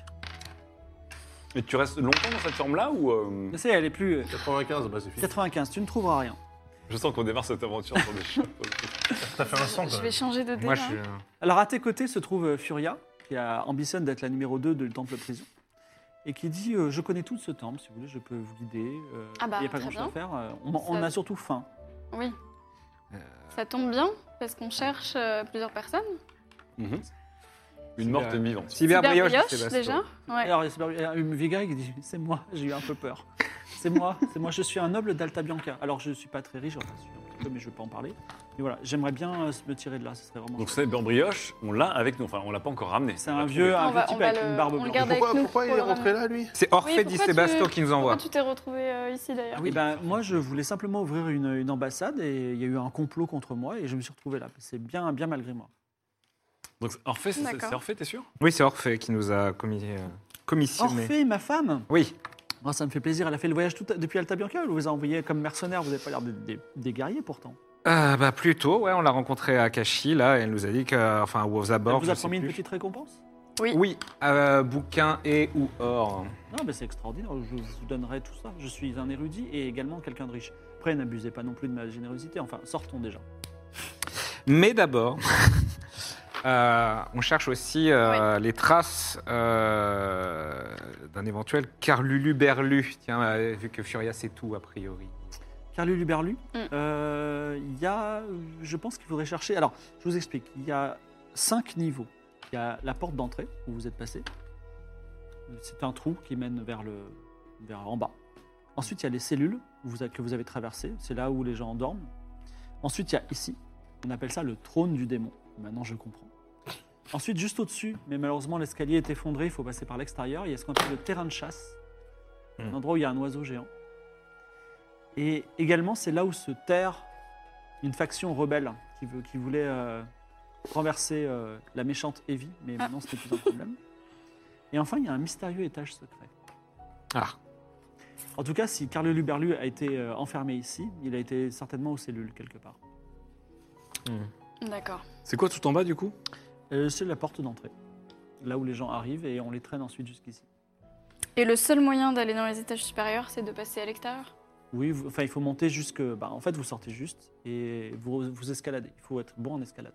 Et tu restes longtemps dans cette forme-là ou euh, Mais c'est, elle est plus. euh, quatre-vingt-quinze, bah c'est fini. quatre-vingt-quinze, tu ne trouveras rien. Je sens qu'on démarre cette aventure sur des chapeaux. T'as fait un sang, Je vais changer de dé. Moi, là. je suis... Alors à tes côtés se trouve euh, Furia, qui a ambitionne d'être la numéro deux de Temple Prison, et qui dit euh, je connais tout ce temple, si vous voulez, je peux vous guider. euh, Ah bah, il n'y a pas très grand-chose à bien. faire. euh, on, on Ça- a surtout faim. Oui. Euh, Ça tombe bien, parce qu'on cherche euh, plusieurs personnes. Mhm. Une morte et une vivante. Cyber brioche, Cyberbrioche, Sébastien. déjà. Ouais. Alors, c'est pas- euh, Vigari qui dit c'est moi, j'ai eu un peu peur. C'est moi, c'est moi, je suis un noble d'Alta Bianca. Alors je ne suis pas très riche, enfin, je suis un petit peu, mais je ne vais pas en parler. Mais voilà, j'aimerais bien euh, me tirer de là, ce serait vraiment. Donc c'est brioche, on l'a avec nous. Enfin, on l'a pas encore ramené. C'est On l'a un trouvé. vieux, un On vieux va- type on va avec le- une barbe on le blanche. garde avec Pourquoi, nous pourquoi il pour est le rentré ramener. là, lui C'est Orphée Oui, Di pourquoi Sebasto tu- qui nous envoie. Pourquoi tu t'es retrouvé euh, ici, d'ailleurs? Ah oui, ben, moi je voulais simplement ouvrir une, une ambassade et il y a eu un complot contre moi et je me suis retrouvé là. C'est bien, bien malgré moi. Donc Orphée, c'est D'accord. c'est Orphée, t'es sûr? Oui, c'est Orphée qui nous a commis, euh, commissionné. Orphée, ma femme. Oui. Moi, ça me fait plaisir. Elle a fait le voyage tout à- depuis Alta Bianca. Elle vous a envoyé comme mercenaire. Vous n'avez pas l'air des, des- des guerriers pourtant. Euh, bah, plutôt, ouais, on l'a rencontrée à Kashi, là, et elle nous a dit que, enfin, aux Elle abords, vous je a sais promis une plus. petite récompense? Oui, euh, bouquin et ou or. Non, mais c'est extraordinaire. Je vous donnerai tout ça. Je suis un érudit et également quelqu'un de riche. Après, n'abusez pas non plus de ma générosité. Enfin, sortons déjà. Mais d'abord, euh, on cherche aussi euh, les traces euh, d'un éventuel Carlulu Berlu. Tiens, euh, vu que Furia c'est tout, a priori. Carlu Luberlu, Mm. euh, il y a, je pense qu'il faudrait chercher. Alors, je vous explique. Il y a cinq niveaux. Il y a la porte d'entrée où vous êtes passé. C'est un trou qui mène vers, le, vers en bas. Ensuite, il y a les cellules où vous a- que vous avez traversées. C'est là où les gens dorment. Ensuite, il y a ici. On appelle ça le trône du démon. Maintenant, je comprends. Ensuite, juste au-dessus, mais malheureusement, l'escalier est effondré. Il faut passer par l'extérieur. Il y a ce qu'on appelle le terrain de chasse. Un Mm. endroit où il y a un oiseau géant. Et également, c'est là où se terre une faction rebelle qui, veut, qui voulait euh, renverser euh, la méchante Evie, mais maintenant ce n'est plus un problème. Et enfin, il y a un mystérieux étage secret. Ah. En tout cas, si Carlo Luberlu a été euh, enfermé ici, il a été certainement aux cellules quelque part. D'accord. C'est quoi tout en bas du coup? Euh, c'est la porte d'entrée, là où les gens arrivent et on les traîne ensuite jusqu'ici. Et le seul moyen d'aller dans les étages supérieurs, c'est de passer à l'extérieur? Oui, vous- enfin, il faut monter jusque. Bah, en fait, vous sortez juste et vous, vous escaladez. Il faut être bon en escalade.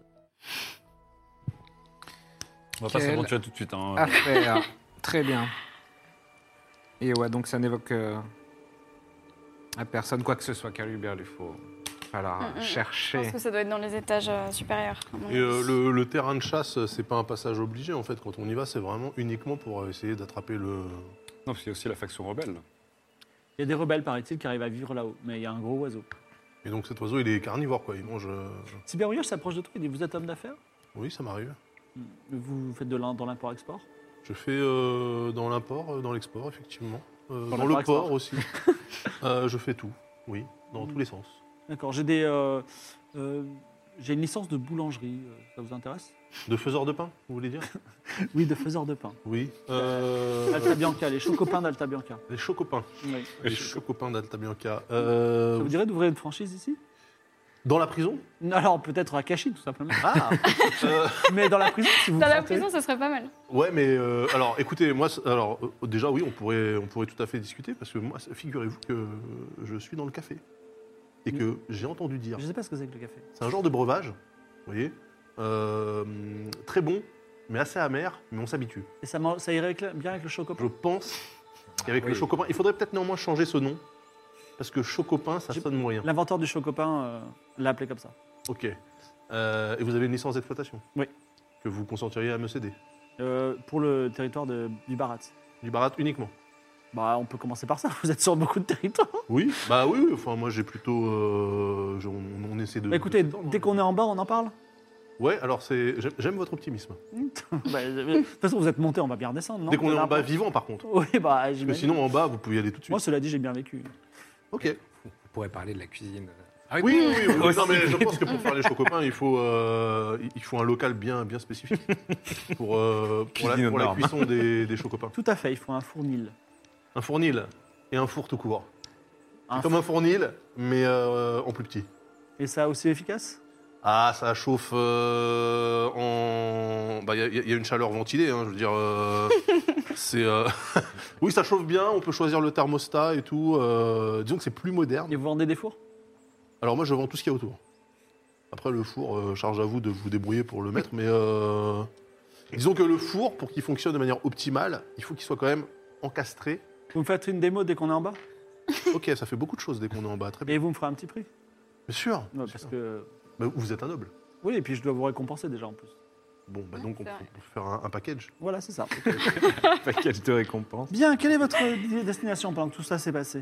On va pas Quel- s'aventurer tout de suite. Hein. Affaire. Très bien. Et ouais, donc ça n'évoque euh, à personne quoi que ce soit. Carlulu Berlu, il faut falloir Mm, mm. Je chercher. pense que ça doit être dans les étages euh, supérieurs. à mon Et euh, avis. le, le terrain de chasse, c'est pas un passage obligé en fait. Quand on y va, c'est vraiment uniquement pour euh, essayer d'attraper le. Non, parce qu'il y a aussi la faction rebelle. Il y a des rebelles, paraît-il, qui arrivent à vivre là-haut, mais il y a un gros oiseau. Et donc cet oiseau, il est carnivore quoi. Il mange. euh, Cyberbrioche s'approche de toi, il dit vous êtes homme d'affaires? Oui, ça m'arrive. Vous faites de l'im- dans l'import-export? Je fais euh, dans l'import, euh, dans l'export, effectivement. Euh, Dans dans le l'import-export. port aussi. Euh, je fais tout, oui, dans Mm. tous les sens. D'accord, j'ai des. euh, euh, j'ai une licence de boulangerie, euh, ça vous intéresse? De faiseur de pain, vous voulez dire? Oui, de faiseur de pain. Oui. Euh, Alta Bianca, les chocopins d'Alta Bianca. les chocopains. Oui. Les chocopains d'Alta Bianca. Euh, Ça vous dirait d'ouvrir une franchise ici? dans la prison? Alors, peut-être à Kashi, tout simplement. Ah euh, Mais dans la prison, si vous Dans le la sentez. prison, ça serait pas mal. Ouais, mais euh, alors, écoutez, moi, c'est- alors euh, déjà, oui, on pourrait, on pourrait tout à fait discuter parce que moi, figurez-vous que je suis dans le café et que j'ai entendu dire. Je ne sais pas ce que c'est que le café. C'est un genre de breuvage, vous voyez, euh, très bon, mais assez amer, mais on s'habitue. Et ça, man- ça irait avec le- bien avec le Je chocopin? pense qu'avec oui. le chocopin, il faudrait peut-être néanmoins changer ce nom parce que chocopin, ça J'ai- sonne moyen. L'inventeur du chocopin euh, l'a appelé comme ça. Ok. Euh, et vous avez une licence d'exploitation? Oui. Que vous consentiriez à me céder? Euh, pour le territoire de, du Barat. Du Barat uniquement. Bah, on peut commencer par ça. Vous êtes sur beaucoup de territoires. Oui, bah oui, oui. Enfin, moi, j'ai plutôt. euh, je- on, on essaie de. Bah, écoutez, de s'étendre, dès hein. qu'on est en bas, on en parle. Ouais, alors c'est. J'aime, j'aime votre optimisme. Bah, de toute façon, vous êtes monté, on va bien redescendre, non Dès qu'on est en bas vivant. vivant, par contre. Oui, bah, Parce que j'imagine. sinon, en bas, vous pouvez y aller tout de suite. Moi, cela dit, j'ai bien vécu. Ok. On pourrait parler de la cuisine. Oui, oui, oui. oui. Aussi. Non, mais je pense que pour faire les chocopins, il faut, euh, il faut un local bien, bien spécifique pour, euh, pour, la, Cuisine aux pour la normes. cuisson des, des chocopins. Tout à fait, il faut un fournil. Un fournil et un four tout court. Un C'est comme un fournil, mais euh, en plus petit. Et ça aussi efficace. Ah, ça chauffe euh, en. Bah, il y, a- y a une chaleur ventilée, hein, je veux dire. euh, c'est. euh, oui, ça chauffe bien. On peut choisir le thermostat et tout. euh, disons que c'est plus moderne. Et vous vendez des fours? Alors moi, je vends tout ce qu'il y a autour. Après, le four, euh, charge à vous de vous débrouiller pour le mettre, mais euh, disons que le four, pour qu'il fonctionne de manière optimale, il faut qu'il soit quand même encastré. Vous me faites une démo dès qu'on est en bas? Ok, ça fait beaucoup de choses dès qu'on est en bas. Très bien. Et vous me ferez un petit prix? Bien sûr. Ouais, bien parce sûr. que... Bah, vous êtes un noble. Oui, et puis je dois vous récompenser déjà en plus. Bon, bah donc on peut, c'est vrai. on peut faire un, un package. Voilà, c'est ça. Package de récompense. Bien, quelle est votre destination pendant que tout ça s'est passé?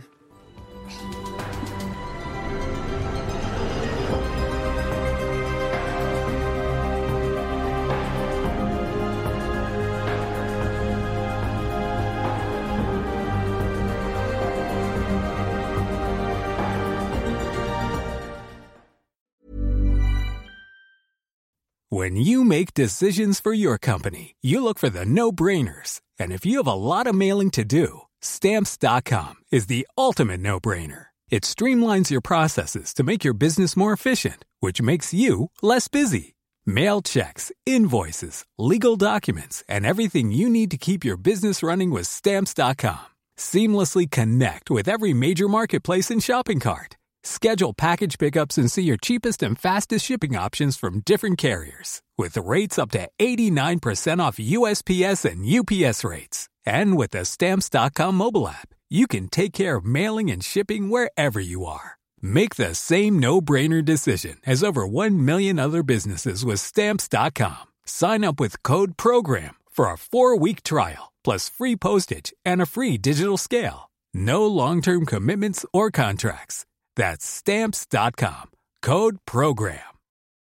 When you make decisions for your company, you look for the no-brainers. And if you have a lot of mailing to do, Stamps dot com is the ultimate no-brainer. It streamlines your processes to make your business more efficient, which makes you less busy. Mail checks, invoices, legal documents, and everything you need to keep your business running with Stamps dot com. Seamlessly connect with every major marketplace and shopping cart. Schedule package pickups and see your cheapest and fastest shipping options from different carriers. With rates up to eighty-nine percent off U S P S and U P S rates. And with the Stamps dot com mobile app, you can take care of mailing and shipping wherever you are. Make the same no-brainer decision as over one million other businesses with Stamps dot com. Sign up with code PROGRAM for a four-week trial, plus free postage and a free digital scale. No long-term commitments or contracts. That's Stamps dot com. Code PROGRAM.